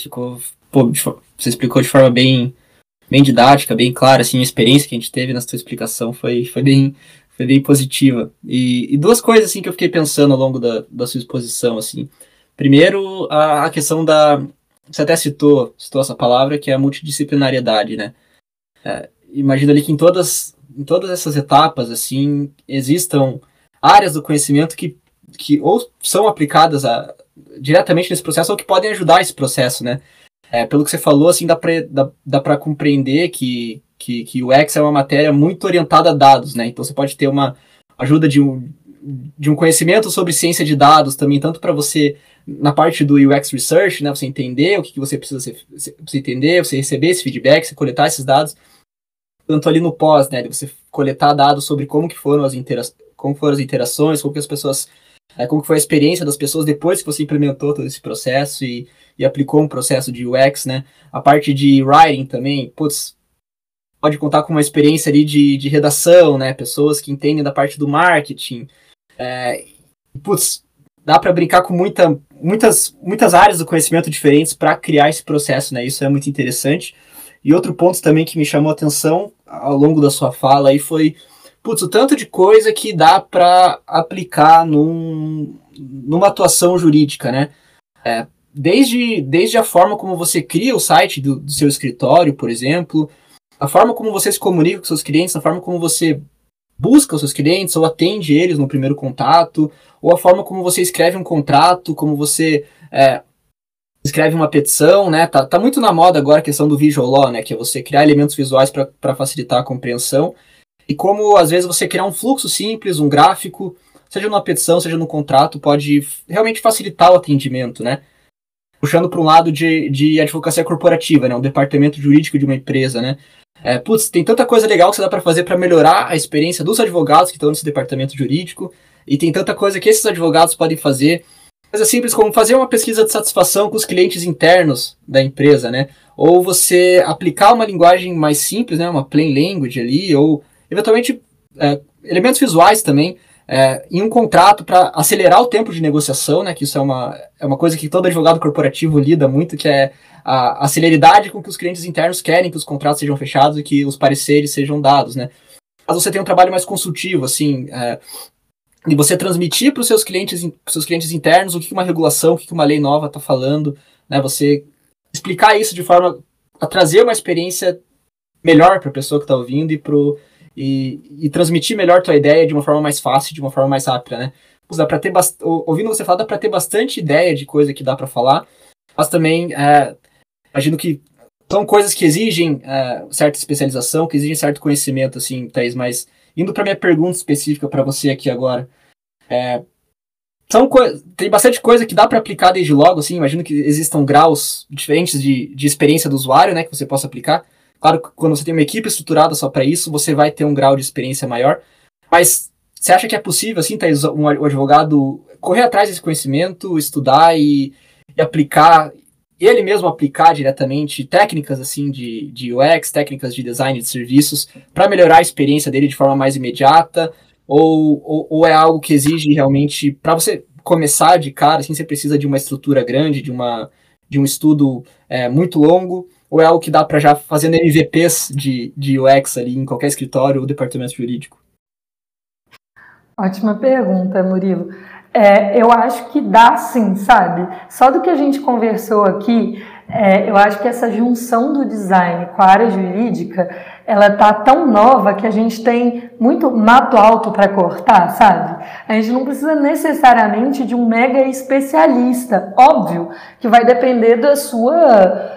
Você explicou de forma bem didática, bem clara, assim, a experiência que a gente teve na sua explicação foi bem positiva. E duas coisas, assim, que eu fiquei pensando ao longo da sua exposição, assim. Primeiro, a questão você até citou essa palavra, que é a multidisciplinariedade, né? Imagino ali que em todas essas etapas, assim, existam áreas do conhecimento que ou são aplicadas diretamente nesse processo ou que podem ajudar esse processo, né? Pelo que você falou, assim, dá para compreender que o X é uma matéria muito orientada a dados, né? Então você pode ter uma ajuda de um conhecimento sobre ciência de dados também, tanto para você, na parte do UX Research, né? Você entender o que você precisa você entender, você receber esse feedback, você coletar esses dados, tanto ali no pós, né? De você coletar dados sobre como foram as interações, como que as pessoas... como que foi a experiência das pessoas depois que você implementou todo esse processo e aplicou um processo de UX, né? A parte de writing também, pode contar com uma experiência ali de redação, né? Pessoas que entendem da parte do marketing. Dá para brincar com muitas áreas do conhecimento diferentes para criar esse processo, né? Isso é muito interessante. E outro ponto também que me chamou a atenção ao longo da sua fala aí foi o tanto de coisa que dá para aplicar numa atuação jurídica, né? Desde a forma como você cria o site do seu escritório, por exemplo, a forma como você se comunica com seus clientes, a forma como você busca os seus clientes ou atende eles no primeiro contato, ou a forma como você escreve um contrato, como você escreve uma petição, né? Tá muito na moda agora a questão do visual law, né? Que é você criar elementos visuais para facilitar a compreensão. E como, às vezes, você criar um fluxo simples, um gráfico, seja numa petição, seja num contrato, pode realmente facilitar o atendimento, né? Puxando para um lado de advocacia corporativa, né? Um departamento jurídico de uma empresa, né? Tem tanta coisa legal que você dá para fazer para melhorar a experiência dos advogados que estão nesse departamento jurídico, e tem tanta coisa que esses advogados podem fazer. Coisa simples como fazer uma pesquisa de satisfação com os clientes internos da empresa, né? Ou você aplicar uma linguagem mais simples, né? Uma plain language ali, ou eventualmente elementos visuais também, em um contrato para acelerar o tempo de negociação, né? Que isso é uma coisa que todo advogado corporativo lida muito, que é a celeridade com que os clientes internos querem que os contratos sejam fechados e que os pareceres sejam dados, né? Mas você tem um trabalho mais consultivo, assim, e você transmitir para os seus clientes internos o que uma regulação, o que uma lei nova está falando, né? Você explicar isso de forma a trazer uma experiência melhor para a pessoa que está ouvindo e transmitir melhor tua ideia de uma forma mais fácil, de uma forma mais rápida, né? Dá para ter ouvindo você falar, dá para ter bastante ideia de coisa que dá para falar, mas também imagino que são coisas que exigem certa especialização, que exigem certo conhecimento, assim, Thaís, mas indo para minha pergunta específica para você aqui agora, tem bastante coisa que dá para aplicar desde logo, assim, imagino que existam graus diferentes de experiência do usuário, né, que você possa aplicar. Claro que quando você tem uma equipe estruturada só para isso, você vai ter um grau de experiência maior, mas você acha que é possível, assim, Thaís, um advogado correr atrás desse conhecimento, estudar e aplicar, ele mesmo aplicar diretamente técnicas, assim, de UX, técnicas de design de serviços, para melhorar a experiência dele de forma mais imediata? Ou é algo que exige realmente, para você começar de cara, assim, você precisa de uma estrutura grande, de um estudo muito longo, ou é algo que dá para já fazendo MVPs de UX ali em qualquer escritório ou departamento jurídico? Ótima pergunta, Murilo. Eu acho que dá sim, sabe? Só do que a gente conversou aqui, eu acho que essa junção do design com a área jurídica, ela tá tão nova que a gente tem muito mato alto para cortar, sabe? A gente não precisa necessariamente de um mega especialista. Óbvio que vai depender da sua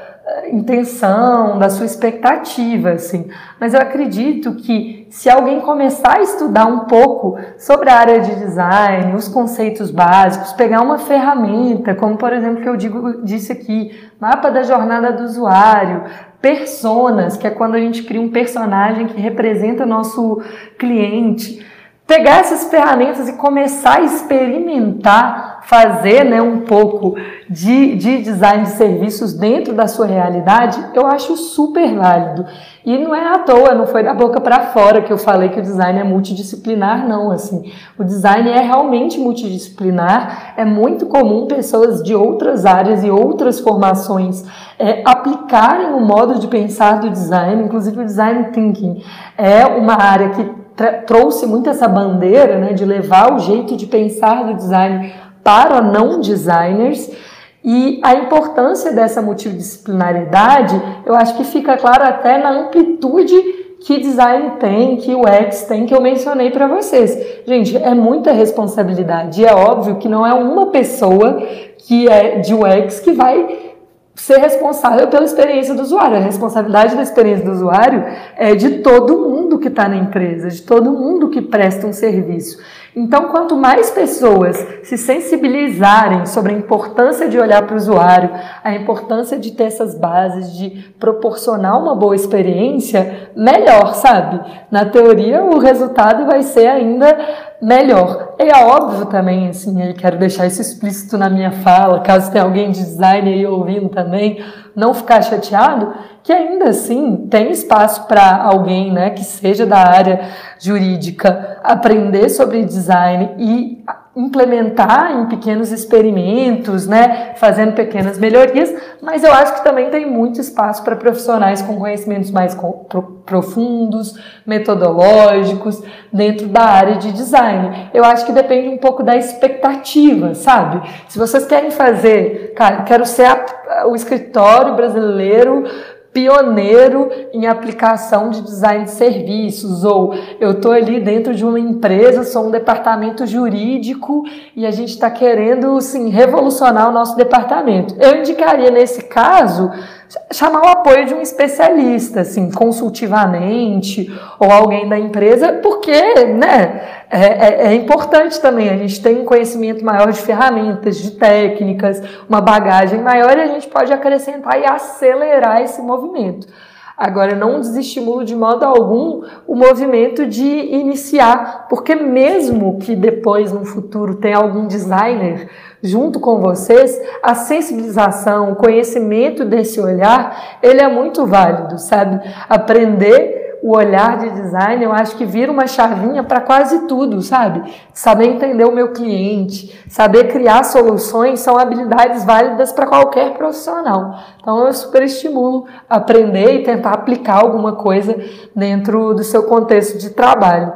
intenção, da sua expectativa, assim. Mas eu acredito que se alguém começar a estudar um pouco sobre a área de design, os conceitos básicos, pegar uma ferramenta, como por exemplo que eu disse aqui, mapa da jornada do usuário, personas, que é quando a gente cria um personagem que representa nosso cliente, pegar essas ferramentas e começar a experimentar, fazer, né, um pouco de design de serviços dentro da sua realidade, eu acho super válido. E não é à toa, não foi da boca para fora que eu falei que o design é multidisciplinar, não. Assim, o design é realmente multidisciplinar, é muito comum pessoas de outras áreas e outras formações aplicarem o modo de pensar do design, inclusive o design thinking é uma área que trouxe muito essa bandeira, né, de levar o jeito de pensar do design para não designers, e a importância dessa multidisciplinaridade, eu acho que fica claro até na amplitude que design tem, que o UX tem, que eu mencionei para vocês. Gente, é muita responsabilidade, e é óbvio que não é uma pessoa que é de UX que vai ser responsável pela experiência do usuário. A responsabilidade da experiência do usuário é de todo mundo que está na empresa, de todo mundo que presta um serviço. Então, quanto mais pessoas se sensibilizarem sobre a importância de olhar para o usuário, a importância de ter essas bases, de proporcionar uma boa experiência, melhor, sabe? Na teoria, o resultado vai ser ainda melhor. E é óbvio também, assim, eu quero deixar isso explícito na minha fala, caso tenha alguém de design aí ouvindo também, não ficar chateado, que ainda assim tem espaço para alguém, né, que seja da área jurídica aprender sobre design e implementar em pequenos experimentos, né, fazendo pequenas melhorias, mas eu acho que também tem muito espaço para profissionais com conhecimentos mais profundos, metodológicos, dentro da área de design. Eu acho que depende um pouco da expectativa, sabe? Se vocês querem fazer, cara, quero ser o escritório brasileiro pioneiro em aplicação de design de serviços, ou eu estou ali dentro de uma empresa, sou um departamento jurídico e a gente está querendo, assim, revolucionar o nosso departamento. Eu indicaria, nesse caso, chamar o apoio de um especialista, assim, consultivamente, ou alguém da empresa, porque, né, é importante também, a gente tem um conhecimento maior de ferramentas, de técnicas, uma bagagem maior, e a gente pode acrescentar e acelerar esse movimento. Agora, não desestimulo de modo algum o movimento de iniciar, porque mesmo que depois, no futuro, tenha algum designer junto com vocês, a sensibilização, o conhecimento desse olhar, ele é muito válido, sabe? Aprender o olhar de design, eu acho que vira uma chavinha para quase tudo, sabe? Saber entender o meu cliente, saber criar soluções são habilidades válidas para qualquer profissional. Então eu super estimulo aprender e tentar aplicar alguma coisa dentro do seu contexto de trabalho.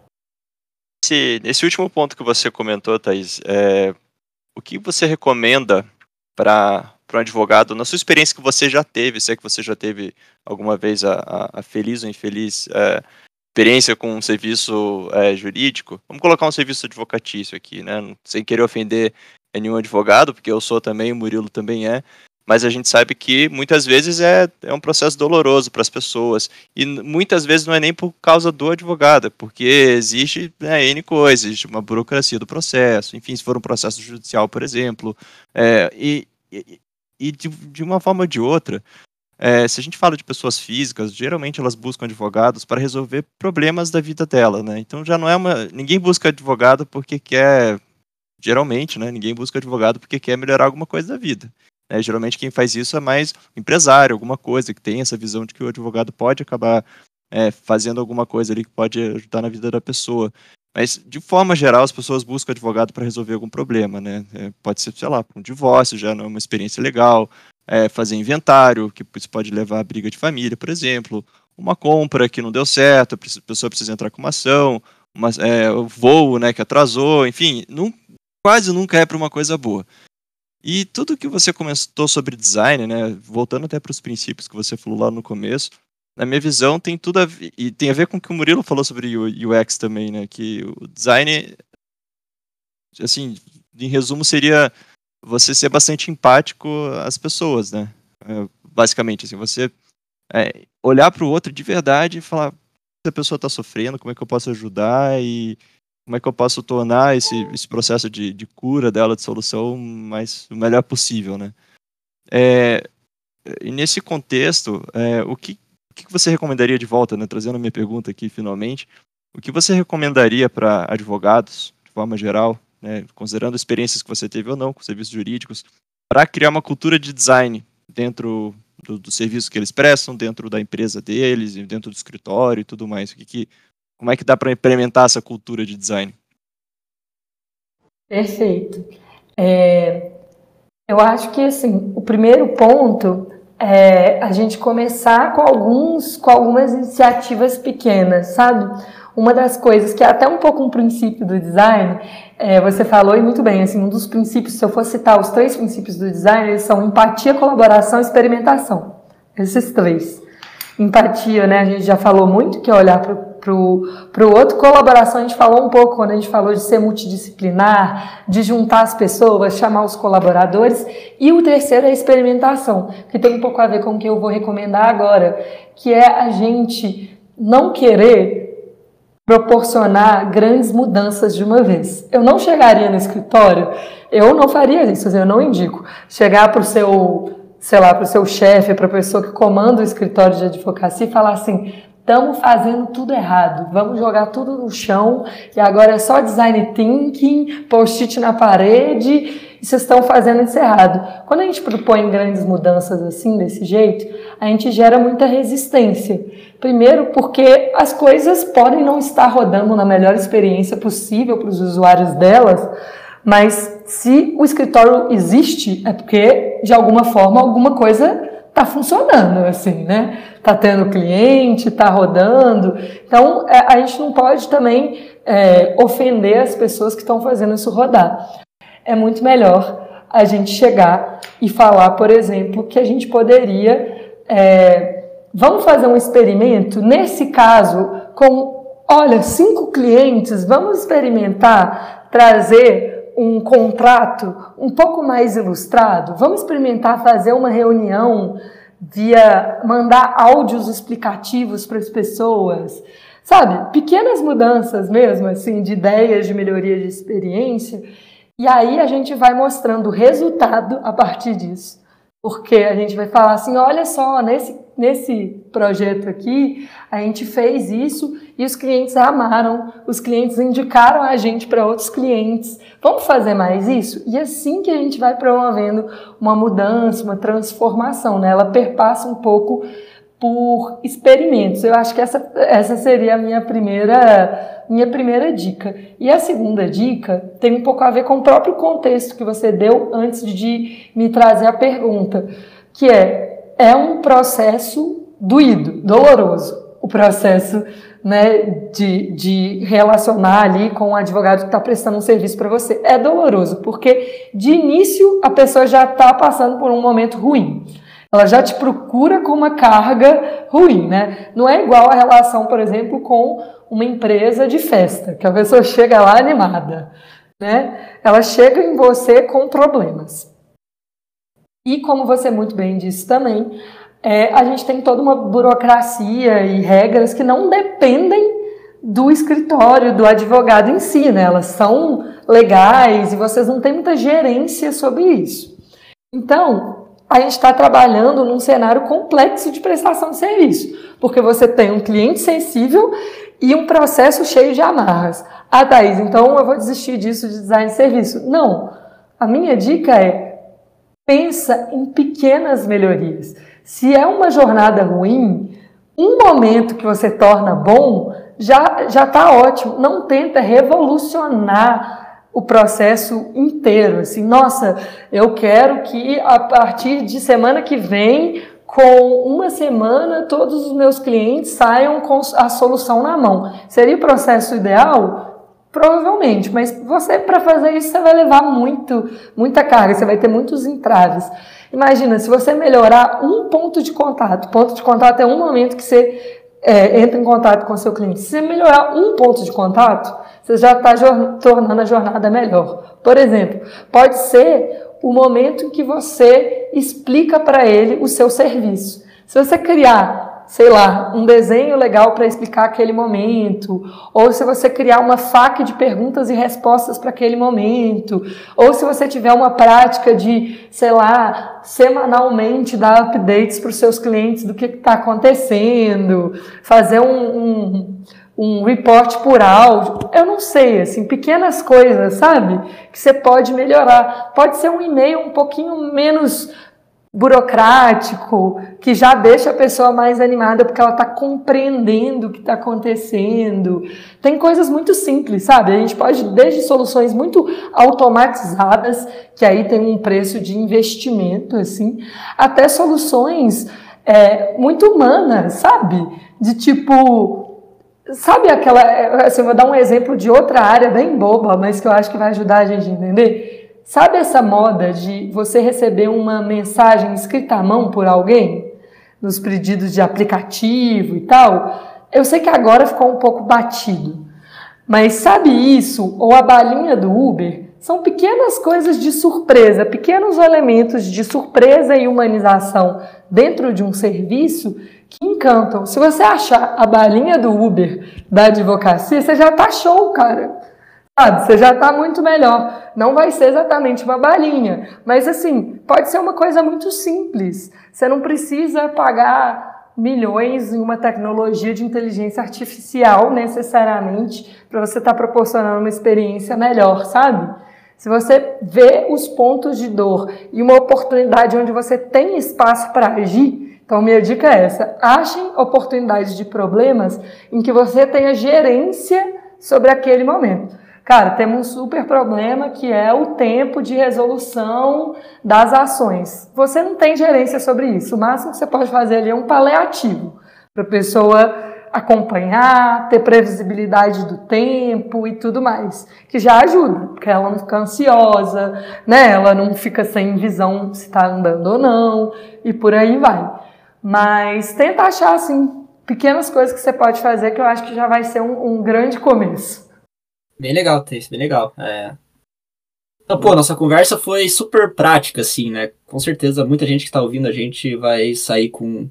Esse último ponto que você comentou, Thaís, o que você recomenda para um advogado, na sua experiência que você já teve, se é que você já teve alguma vez a feliz ou infeliz experiência com um serviço jurídico? Vamos colocar um serviço advocatício aqui, né? Sem querer ofender nenhum advogado, porque eu sou também, o Murilo também é, mas a gente sabe que muitas vezes é um processo doloroso para as pessoas, e muitas vezes não é nem por causa do advogado, porque existe, né, N coisas, existe uma burocracia do processo, enfim, se for um processo judicial, por exemplo, e de uma forma ou de outra, se a gente fala de pessoas físicas, geralmente elas buscam advogados para resolver problemas da vida dela, né? Então já não é ninguém busca advogado porque quer, geralmente, né? Ninguém busca advogado porque quer melhorar alguma coisa da vida. Geralmente quem faz isso é mais empresário, alguma coisa, que tem essa visão de que o advogado pode acabar fazendo alguma coisa ali que pode ajudar na vida da pessoa. Mas, de forma geral, as pessoas buscam advogado para resolver algum problema, né? Pode ser, sei lá, um divórcio, já não é uma experiência legal, fazer inventário, que isso pode levar a briga de família, por exemplo, uma compra que não deu certo, a pessoa precisa entrar com uma ação, o voo, né, que atrasou, enfim, quase nunca é para uma coisa boa. E tudo que você comentou sobre design, né, voltando até para os princípios que você falou lá no começo, na minha visão tem tudo a ver, e tem a ver com o que o Murilo falou sobre o UX também, né, que o design, assim, em resumo, seria você ser bastante empático às pessoas, né, basicamente, assim, você olhar para o outro de verdade e falar se a pessoa está sofrendo, como é que eu posso ajudar e como é que eu posso tornar esse processo de cura dela, de solução, o melhor possível, né? E nesse contexto, o que você recomendaria de volta, né? Trazendo a minha pergunta aqui, finalmente, o que você recomendaria para advogados, de forma geral, né, considerando experiências que você teve ou não com serviços jurídicos, para criar uma cultura de design dentro do serviço que eles prestam, dentro da empresa deles, dentro do escritório e tudo mais? Como é que dá para implementar essa cultura de design? Perfeito. Eu acho que, assim, o primeiro ponto a gente começar com algumas iniciativas pequenas, sabe? Uma das coisas que é até um pouco um princípio do design, você falou e muito bem, assim, um dos princípios, se eu for citar os 3 princípios do design, eles são empatia, colaboração e experimentação. Esses 3. Empatia, né, a gente já falou muito, que é olhar pro outro. Colaboração, a gente falou um pouco quando a gente falou de ser multidisciplinar, de juntar as pessoas, chamar os colaboradores. E o terceiro é a experimentação, que tem um pouco a ver com o que eu vou recomendar agora, que é a gente não querer proporcionar grandes mudanças de uma vez. Eu não chegaria no escritório, eu não faria isso, eu não indico. Chegar para o seu chefe, para a pessoa que comanda o escritório de advocacia e falar assim: estamos fazendo tudo errado, vamos jogar tudo no chão e agora é só design thinking, post-it na parede e vocês estão fazendo isso errado. Quando a gente propõe grandes mudanças assim, desse jeito, a gente gera muita resistência. Primeiro porque as coisas podem não estar rodando na melhor experiência possível para os usuários delas, mas se o escritório existe é porque, de alguma forma, alguma coisa está funcionando, assim, né? Está tendo cliente, está rodando. Então, a gente não pode também ofender as pessoas que estão fazendo isso rodar. É muito melhor a gente chegar e falar, por exemplo, que a gente poderia... vamos fazer um experimento, nesse caso, com, 5 clientes, vamos experimentar trazer um contrato um pouco mais ilustrado, vamos experimentar fazer uma reunião mandar áudios explicativos para as pessoas, sabe? Pequenas mudanças mesmo, assim, de ideias de melhoria de experiência, e aí a gente vai mostrando o resultado a partir disso. Porque a gente vai falar assim, olha só, nesse projeto aqui, a gente fez isso e os clientes amaram, os clientes indicaram a gente para outros clientes. Vamos fazer mais isso? E assim que a gente vai promovendo uma mudança, uma transformação, né? Ela perpassa um pouco por experimentos. Eu acho que essa seria a minha primeira dica. E a segunda dica tem um pouco a ver com o próprio contexto que você deu antes de me trazer a pergunta, que é um processo doído, doloroso, o processo, né, de relacionar ali com o advogado que está prestando um serviço para você. É doloroso, porque de início a pessoa já está passando por um momento ruim. Ela já te procura com uma carga ruim, né? Não é igual a relação, por exemplo, com uma empresa de festa, que a pessoa chega lá animada, né? Ela chega em você com problemas. E como você muito bem disse também, a gente tem toda uma burocracia e regras que não dependem do escritório, do advogado em si, né? Elas são legais e vocês não têm muita gerência sobre isso. Então, a gente está trabalhando num cenário complexo de prestação de serviço, porque você tem um cliente sensível e um processo cheio de amarras. Ah, Thaís, então eu vou desistir disso de design de serviço. Não. A minha dica pensa em pequenas melhorias. Se é uma jornada ruim, um momento que você torna bom já está ótimo. Não tenta revolucionar o processo inteiro. Assim, nossa, eu quero que a partir de semana que vem, com uma semana, todos os meus clientes saiam com a solução na mão. Seria o processo ideal? Provavelmente, mas você, para fazer isso, você vai levar muita carga, você vai ter muitos entraves. Imagina, se você melhorar um ponto de contato é um momento que você entra em contato com o seu cliente. Se você melhorar um ponto de contato, você já está tornando a jornada melhor. Por exemplo, pode ser o momento em que você explica para ele o seu serviço. Se você criar, sei lá, um desenho legal para explicar aquele momento, ou se você criar uma FAQ de perguntas e respostas para aquele momento, ou se você tiver uma prática de, sei lá, semanalmente dar updates para os seus clientes do que está acontecendo, fazer um report por áudio, eu não sei, assim, pequenas coisas, sabe? Que você pode melhorar. Pode ser um e-mail um pouquinho menos burocrático, que já deixa a pessoa mais animada porque ela está compreendendo o que está acontecendo. Tem coisas muito simples, sabe? A gente pode, desde soluções muito automatizadas, que aí tem um preço de investimento, assim, até soluções muito humanas, sabe? De tipo... Sabe aquela... Assim, eu vou dar um exemplo de outra área bem boba, mas que eu acho que vai ajudar a gente a entender. Sabe essa moda de você receber uma mensagem escrita à mão por alguém? Nos pedidos de aplicativo e tal? Eu sei que agora ficou um pouco batido. Mas sabe isso? Ou a balinha do Uber? São pequenas coisas de surpresa, pequenos elementos de surpresa e humanização dentro de um serviço que encantam. Se você achar a balinha do Uber da advocacia, você já tá show, cara. Sabe? Você já tá muito melhor. Não vai ser exatamente uma balinha, mas assim, pode ser uma coisa muito simples. Você não precisa pagar milhões em uma tecnologia de inteligência artificial, necessariamente, para você estar proporcionando uma experiência melhor, sabe? Se você vê os pontos de dor e uma oportunidade onde você tem espaço para agir, então minha dica é essa: achem oportunidades de problemas em que você tenha gerência sobre aquele momento. Cara, temos um super problema que é o tempo de resolução das ações. Você não tem gerência sobre isso. O máximo que você pode fazer ali é um paliativo para a pessoa acompanhar, ter previsibilidade do tempo e tudo mais, que já ajuda, porque ela não fica ansiosa, né? Ela não fica sem visão se está andando ou não, e por aí vai. Mas tenta achar, assim, pequenas coisas que você pode fazer, que eu acho que já vai ser um grande começo. Bem legal, Thaís, bem legal. Então, pô, nossa conversa foi super prática, assim, né? Com certeza, muita gente que tá ouvindo a gente vai sair com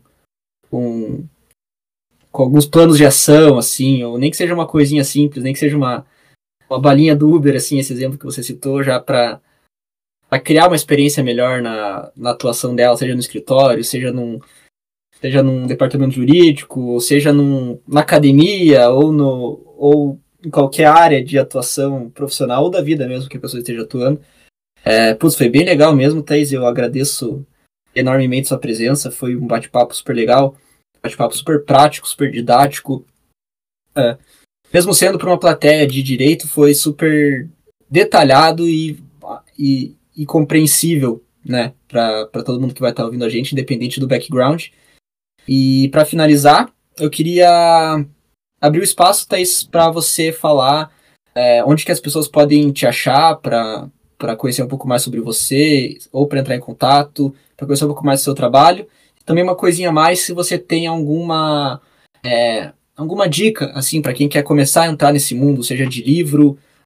alguns planos de ação, assim, ou nem que seja uma coisinha simples, nem que seja uma balinha do Uber, assim, esse exemplo que você citou, já para criar uma experiência melhor na atuação dela, seja no escritório, seja num departamento jurídico, ou seja na academia, ou em qualquer área de atuação profissional ou da vida mesmo que a pessoa esteja atuando. Foi bem legal mesmo, Thaís, eu agradeço enormemente sua presença, foi um bate-papo super legal, bate-papo super prático, super didático. Mesmo sendo para uma plateia de direito, foi super detalhado e compreensível, né, para todo mundo que vai estar ouvindo a gente, independente do background. E para finalizar, eu queria abrir o espaço, Thaís, para você falar onde que as pessoas podem te achar para conhecer um pouco mais sobre você, ou para entrar em contato, para conhecer um pouco mais do seu trabalho. Também uma coisinha a mais, se você tem alguma dica, assim, para quem quer começar a entrar nesse mundo, seja de livro,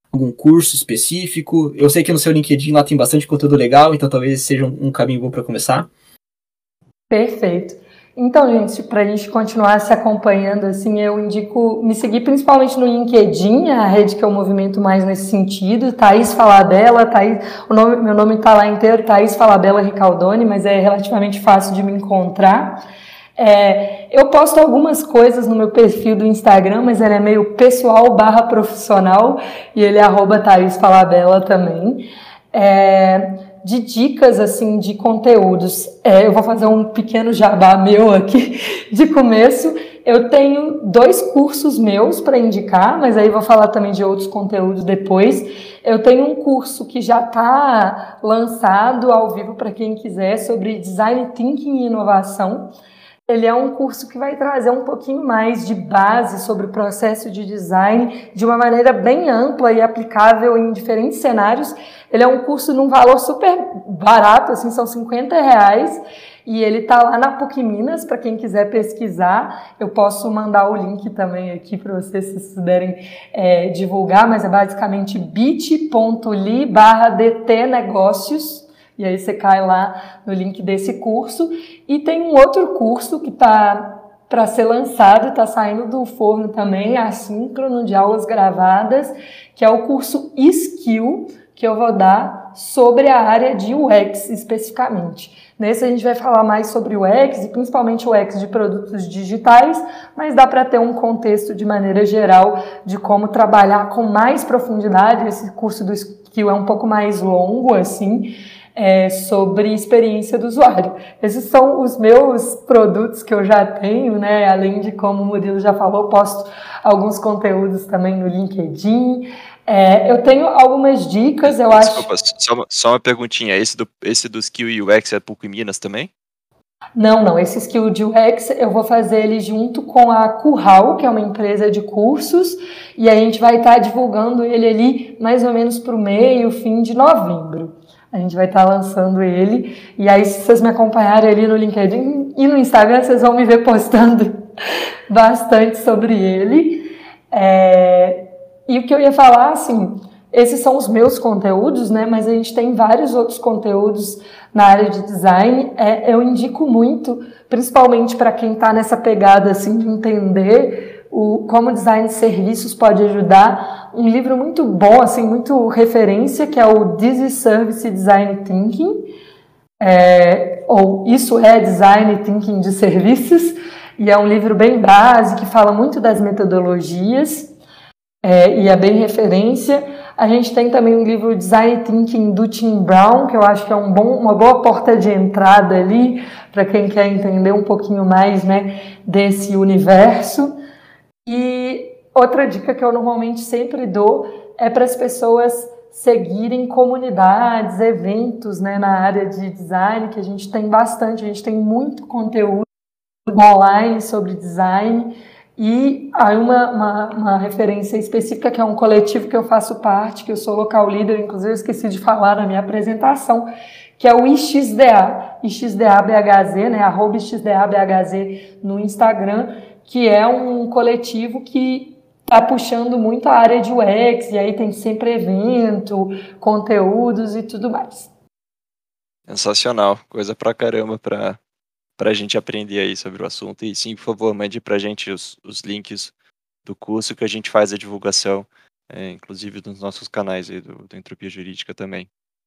algum curso específico? Eu sei que no seu LinkedIn lá tem bastante conteúdo legal, então talvez seja um caminho bom para começar. Perfeito. Então, gente, para a gente continuar se acompanhando, assim, eu indico me seguir principalmente no LinkedIn, a rede que eu movimento mais nesse sentido, Thaís Falabella, meu nome está lá inteiro, Thaís Falabella Ricaldoni, mas é relativamente fácil de me encontrar. Eu posto algumas coisas no meu perfil do Instagram, mas ele é meio pessoal/profissional, e ele é @Thaís Falabella também. De dicas, assim, de conteúdos. Eu vou fazer um pequeno jabá meu aqui de começo. Eu tenho 2 cursos meus para indicar, mas aí vou falar também de outros conteúdos depois. Eu tenho um curso que já está lançado ao vivo para quem quiser sobre Design Thinking e Inovação. Ele é um curso que vai trazer um pouquinho mais de base sobre o processo de design de uma maneira bem ampla e aplicável em diferentes cenários. Ele é um curso num valor super barato, assim, são R$50, e ele está lá na PUC Minas, para quem quiser pesquisar. Eu posso mandar o link também aqui para vocês, se vocês puderem divulgar, mas é basicamente bit.ly/dtnegócios. E aí você cai lá no link desse curso. E tem um outro curso que está para ser lançado, está saindo do forno também, assíncrono, de aulas gravadas, que é o curso Skill, que eu vou dar sobre a área de UX especificamente. Nesse a gente vai falar mais sobre o UX, e principalmente o UX de produtos digitais, mas dá para ter um contexto de maneira geral de como trabalhar com mais profundidade. Esse curso do Skill é um pouco mais longo, assim, sobre experiência do usuário. Esses são os meus produtos que eu já tenho, né? Além de, como o Murilo já falou, posto alguns conteúdos também no LinkedIn. Eu tenho algumas dicas, eu acho... Desculpa, só uma perguntinha. Esse do Skill e UX é PUC Minas também? Não. Esse Skill de UX eu vou fazer ele junto com a Curral, que é uma empresa de cursos, e a gente vai estar divulgando ele ali mais ou menos para o fim de novembro. A gente vai estar lançando ele, e aí se vocês me acompanharem ali no LinkedIn e no Instagram, vocês vão me ver postando bastante sobre ele. E o que eu ia falar, assim, esses são os meus conteúdos, né? Mas a gente tem vários outros conteúdos na área de design. Eu indico muito, principalmente para quem está nessa pegada, assim, de entender como o design de serviços pode ajudar. Um livro muito bom, assim, muito referência, que é o This is Service Design Thinking, ou Isso é Design Thinking de Serviços, e é um livro bem base, que fala muito das metodologias, e é bem referência. A gente tem também o livro Design Thinking do Tim Brown, que eu acho que é uma boa porta de entrada ali, para quem quer entender um pouquinho mais, né, desse universo. E outra dica que eu normalmente sempre dou é para as pessoas seguirem comunidades, eventos, né, na área de design, que a gente tem bastante, a gente tem muito conteúdo online sobre design. E aí uma referência específica, que é um coletivo que eu faço parte, que eu sou local leader, inclusive eu esqueci de falar na minha apresentação, que é o IXDABHZ, né, @IXDABHZ no Instagram, que é um coletivo que está puxando muito a área de UX, e aí tem sempre evento, conteúdos e tudo mais. Sensacional, coisa pra caramba pra gente aprender aí sobre o assunto. E sim, por favor, mande pra gente os links do curso, que a gente faz a divulgação, inclusive nos nossos canais aí do Entropia Jurídica também.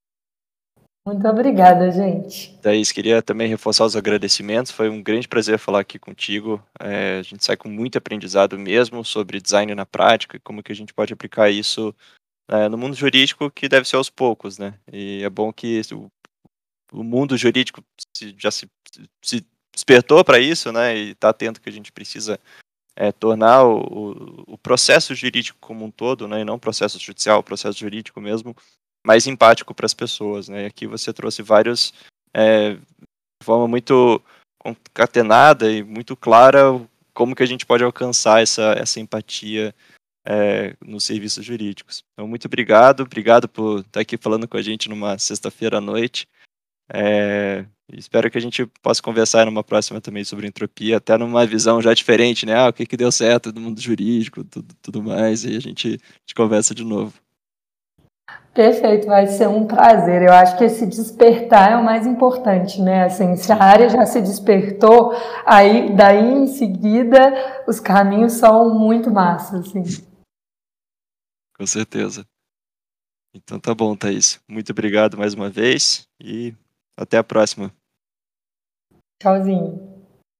Muito obrigada, gente. Thaís, queria também reforçar os agradecimentos. Foi um grande prazer falar aqui contigo. A gente sai com muito aprendizado mesmo sobre design na prática e como que a gente pode aplicar isso no mundo jurídico, que deve ser aos poucos, né? E é bom que o mundo jurídico já se despertou para isso, né? E está atento que a gente precisa tornar o processo jurídico como um todo, né? E não o processo judicial, o processo jurídico mesmo, mais empático para as pessoas, né? E aqui você trouxe vários, de forma muito concatenada e muito clara, como que a gente pode alcançar essa empatia nos serviços jurídicos. Então, muito obrigado por estar aqui falando com a gente numa sexta-feira à noite. Espero que a gente possa conversar numa próxima também sobre entropia, até numa visão já diferente, né? O que deu certo no mundo jurídico, tudo mais, e a gente conversa de novo. Perfeito, vai ser um prazer. Eu acho que esse despertar é o mais importante, né? Assim, se a área já se despertou, aí daí em seguida os caminhos são muito massa, assim. Com certeza. Então tá bom, Thaís. Muito obrigado mais uma vez e até a próxima. Tchauzinho.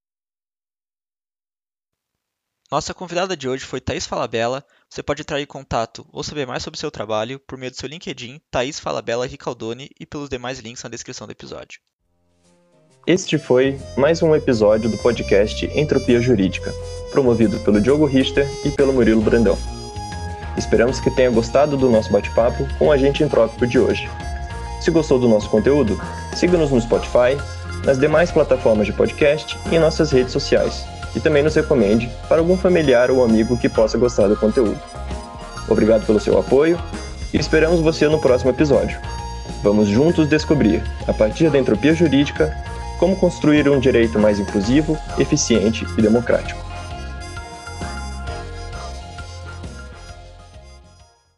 Nossa convidada de hoje foi Thaís Falabella. Você pode entrar em contato ou saber mais sobre seu trabalho por meio do seu LinkedIn, Thaís Falabella Ricaldoni, e pelos demais links na descrição do episódio. Este foi mais um episódio do podcast Entropia Jurídica, promovido pelo Diogo Richter e pelo Murilo Brandão. Esperamos que tenha gostado do nosso bate-papo com o agente entrópico de hoje. Se gostou do nosso conteúdo, siga-nos no Spotify, nas demais plataformas de podcast e em nossas redes sociais. E também nos recomende para algum familiar ou amigo que possa gostar do conteúdo. Obrigado pelo seu apoio e esperamos você no próximo episódio. Vamos juntos descobrir, a partir da entropia jurídica, como construir um direito mais inclusivo, eficiente e democrático.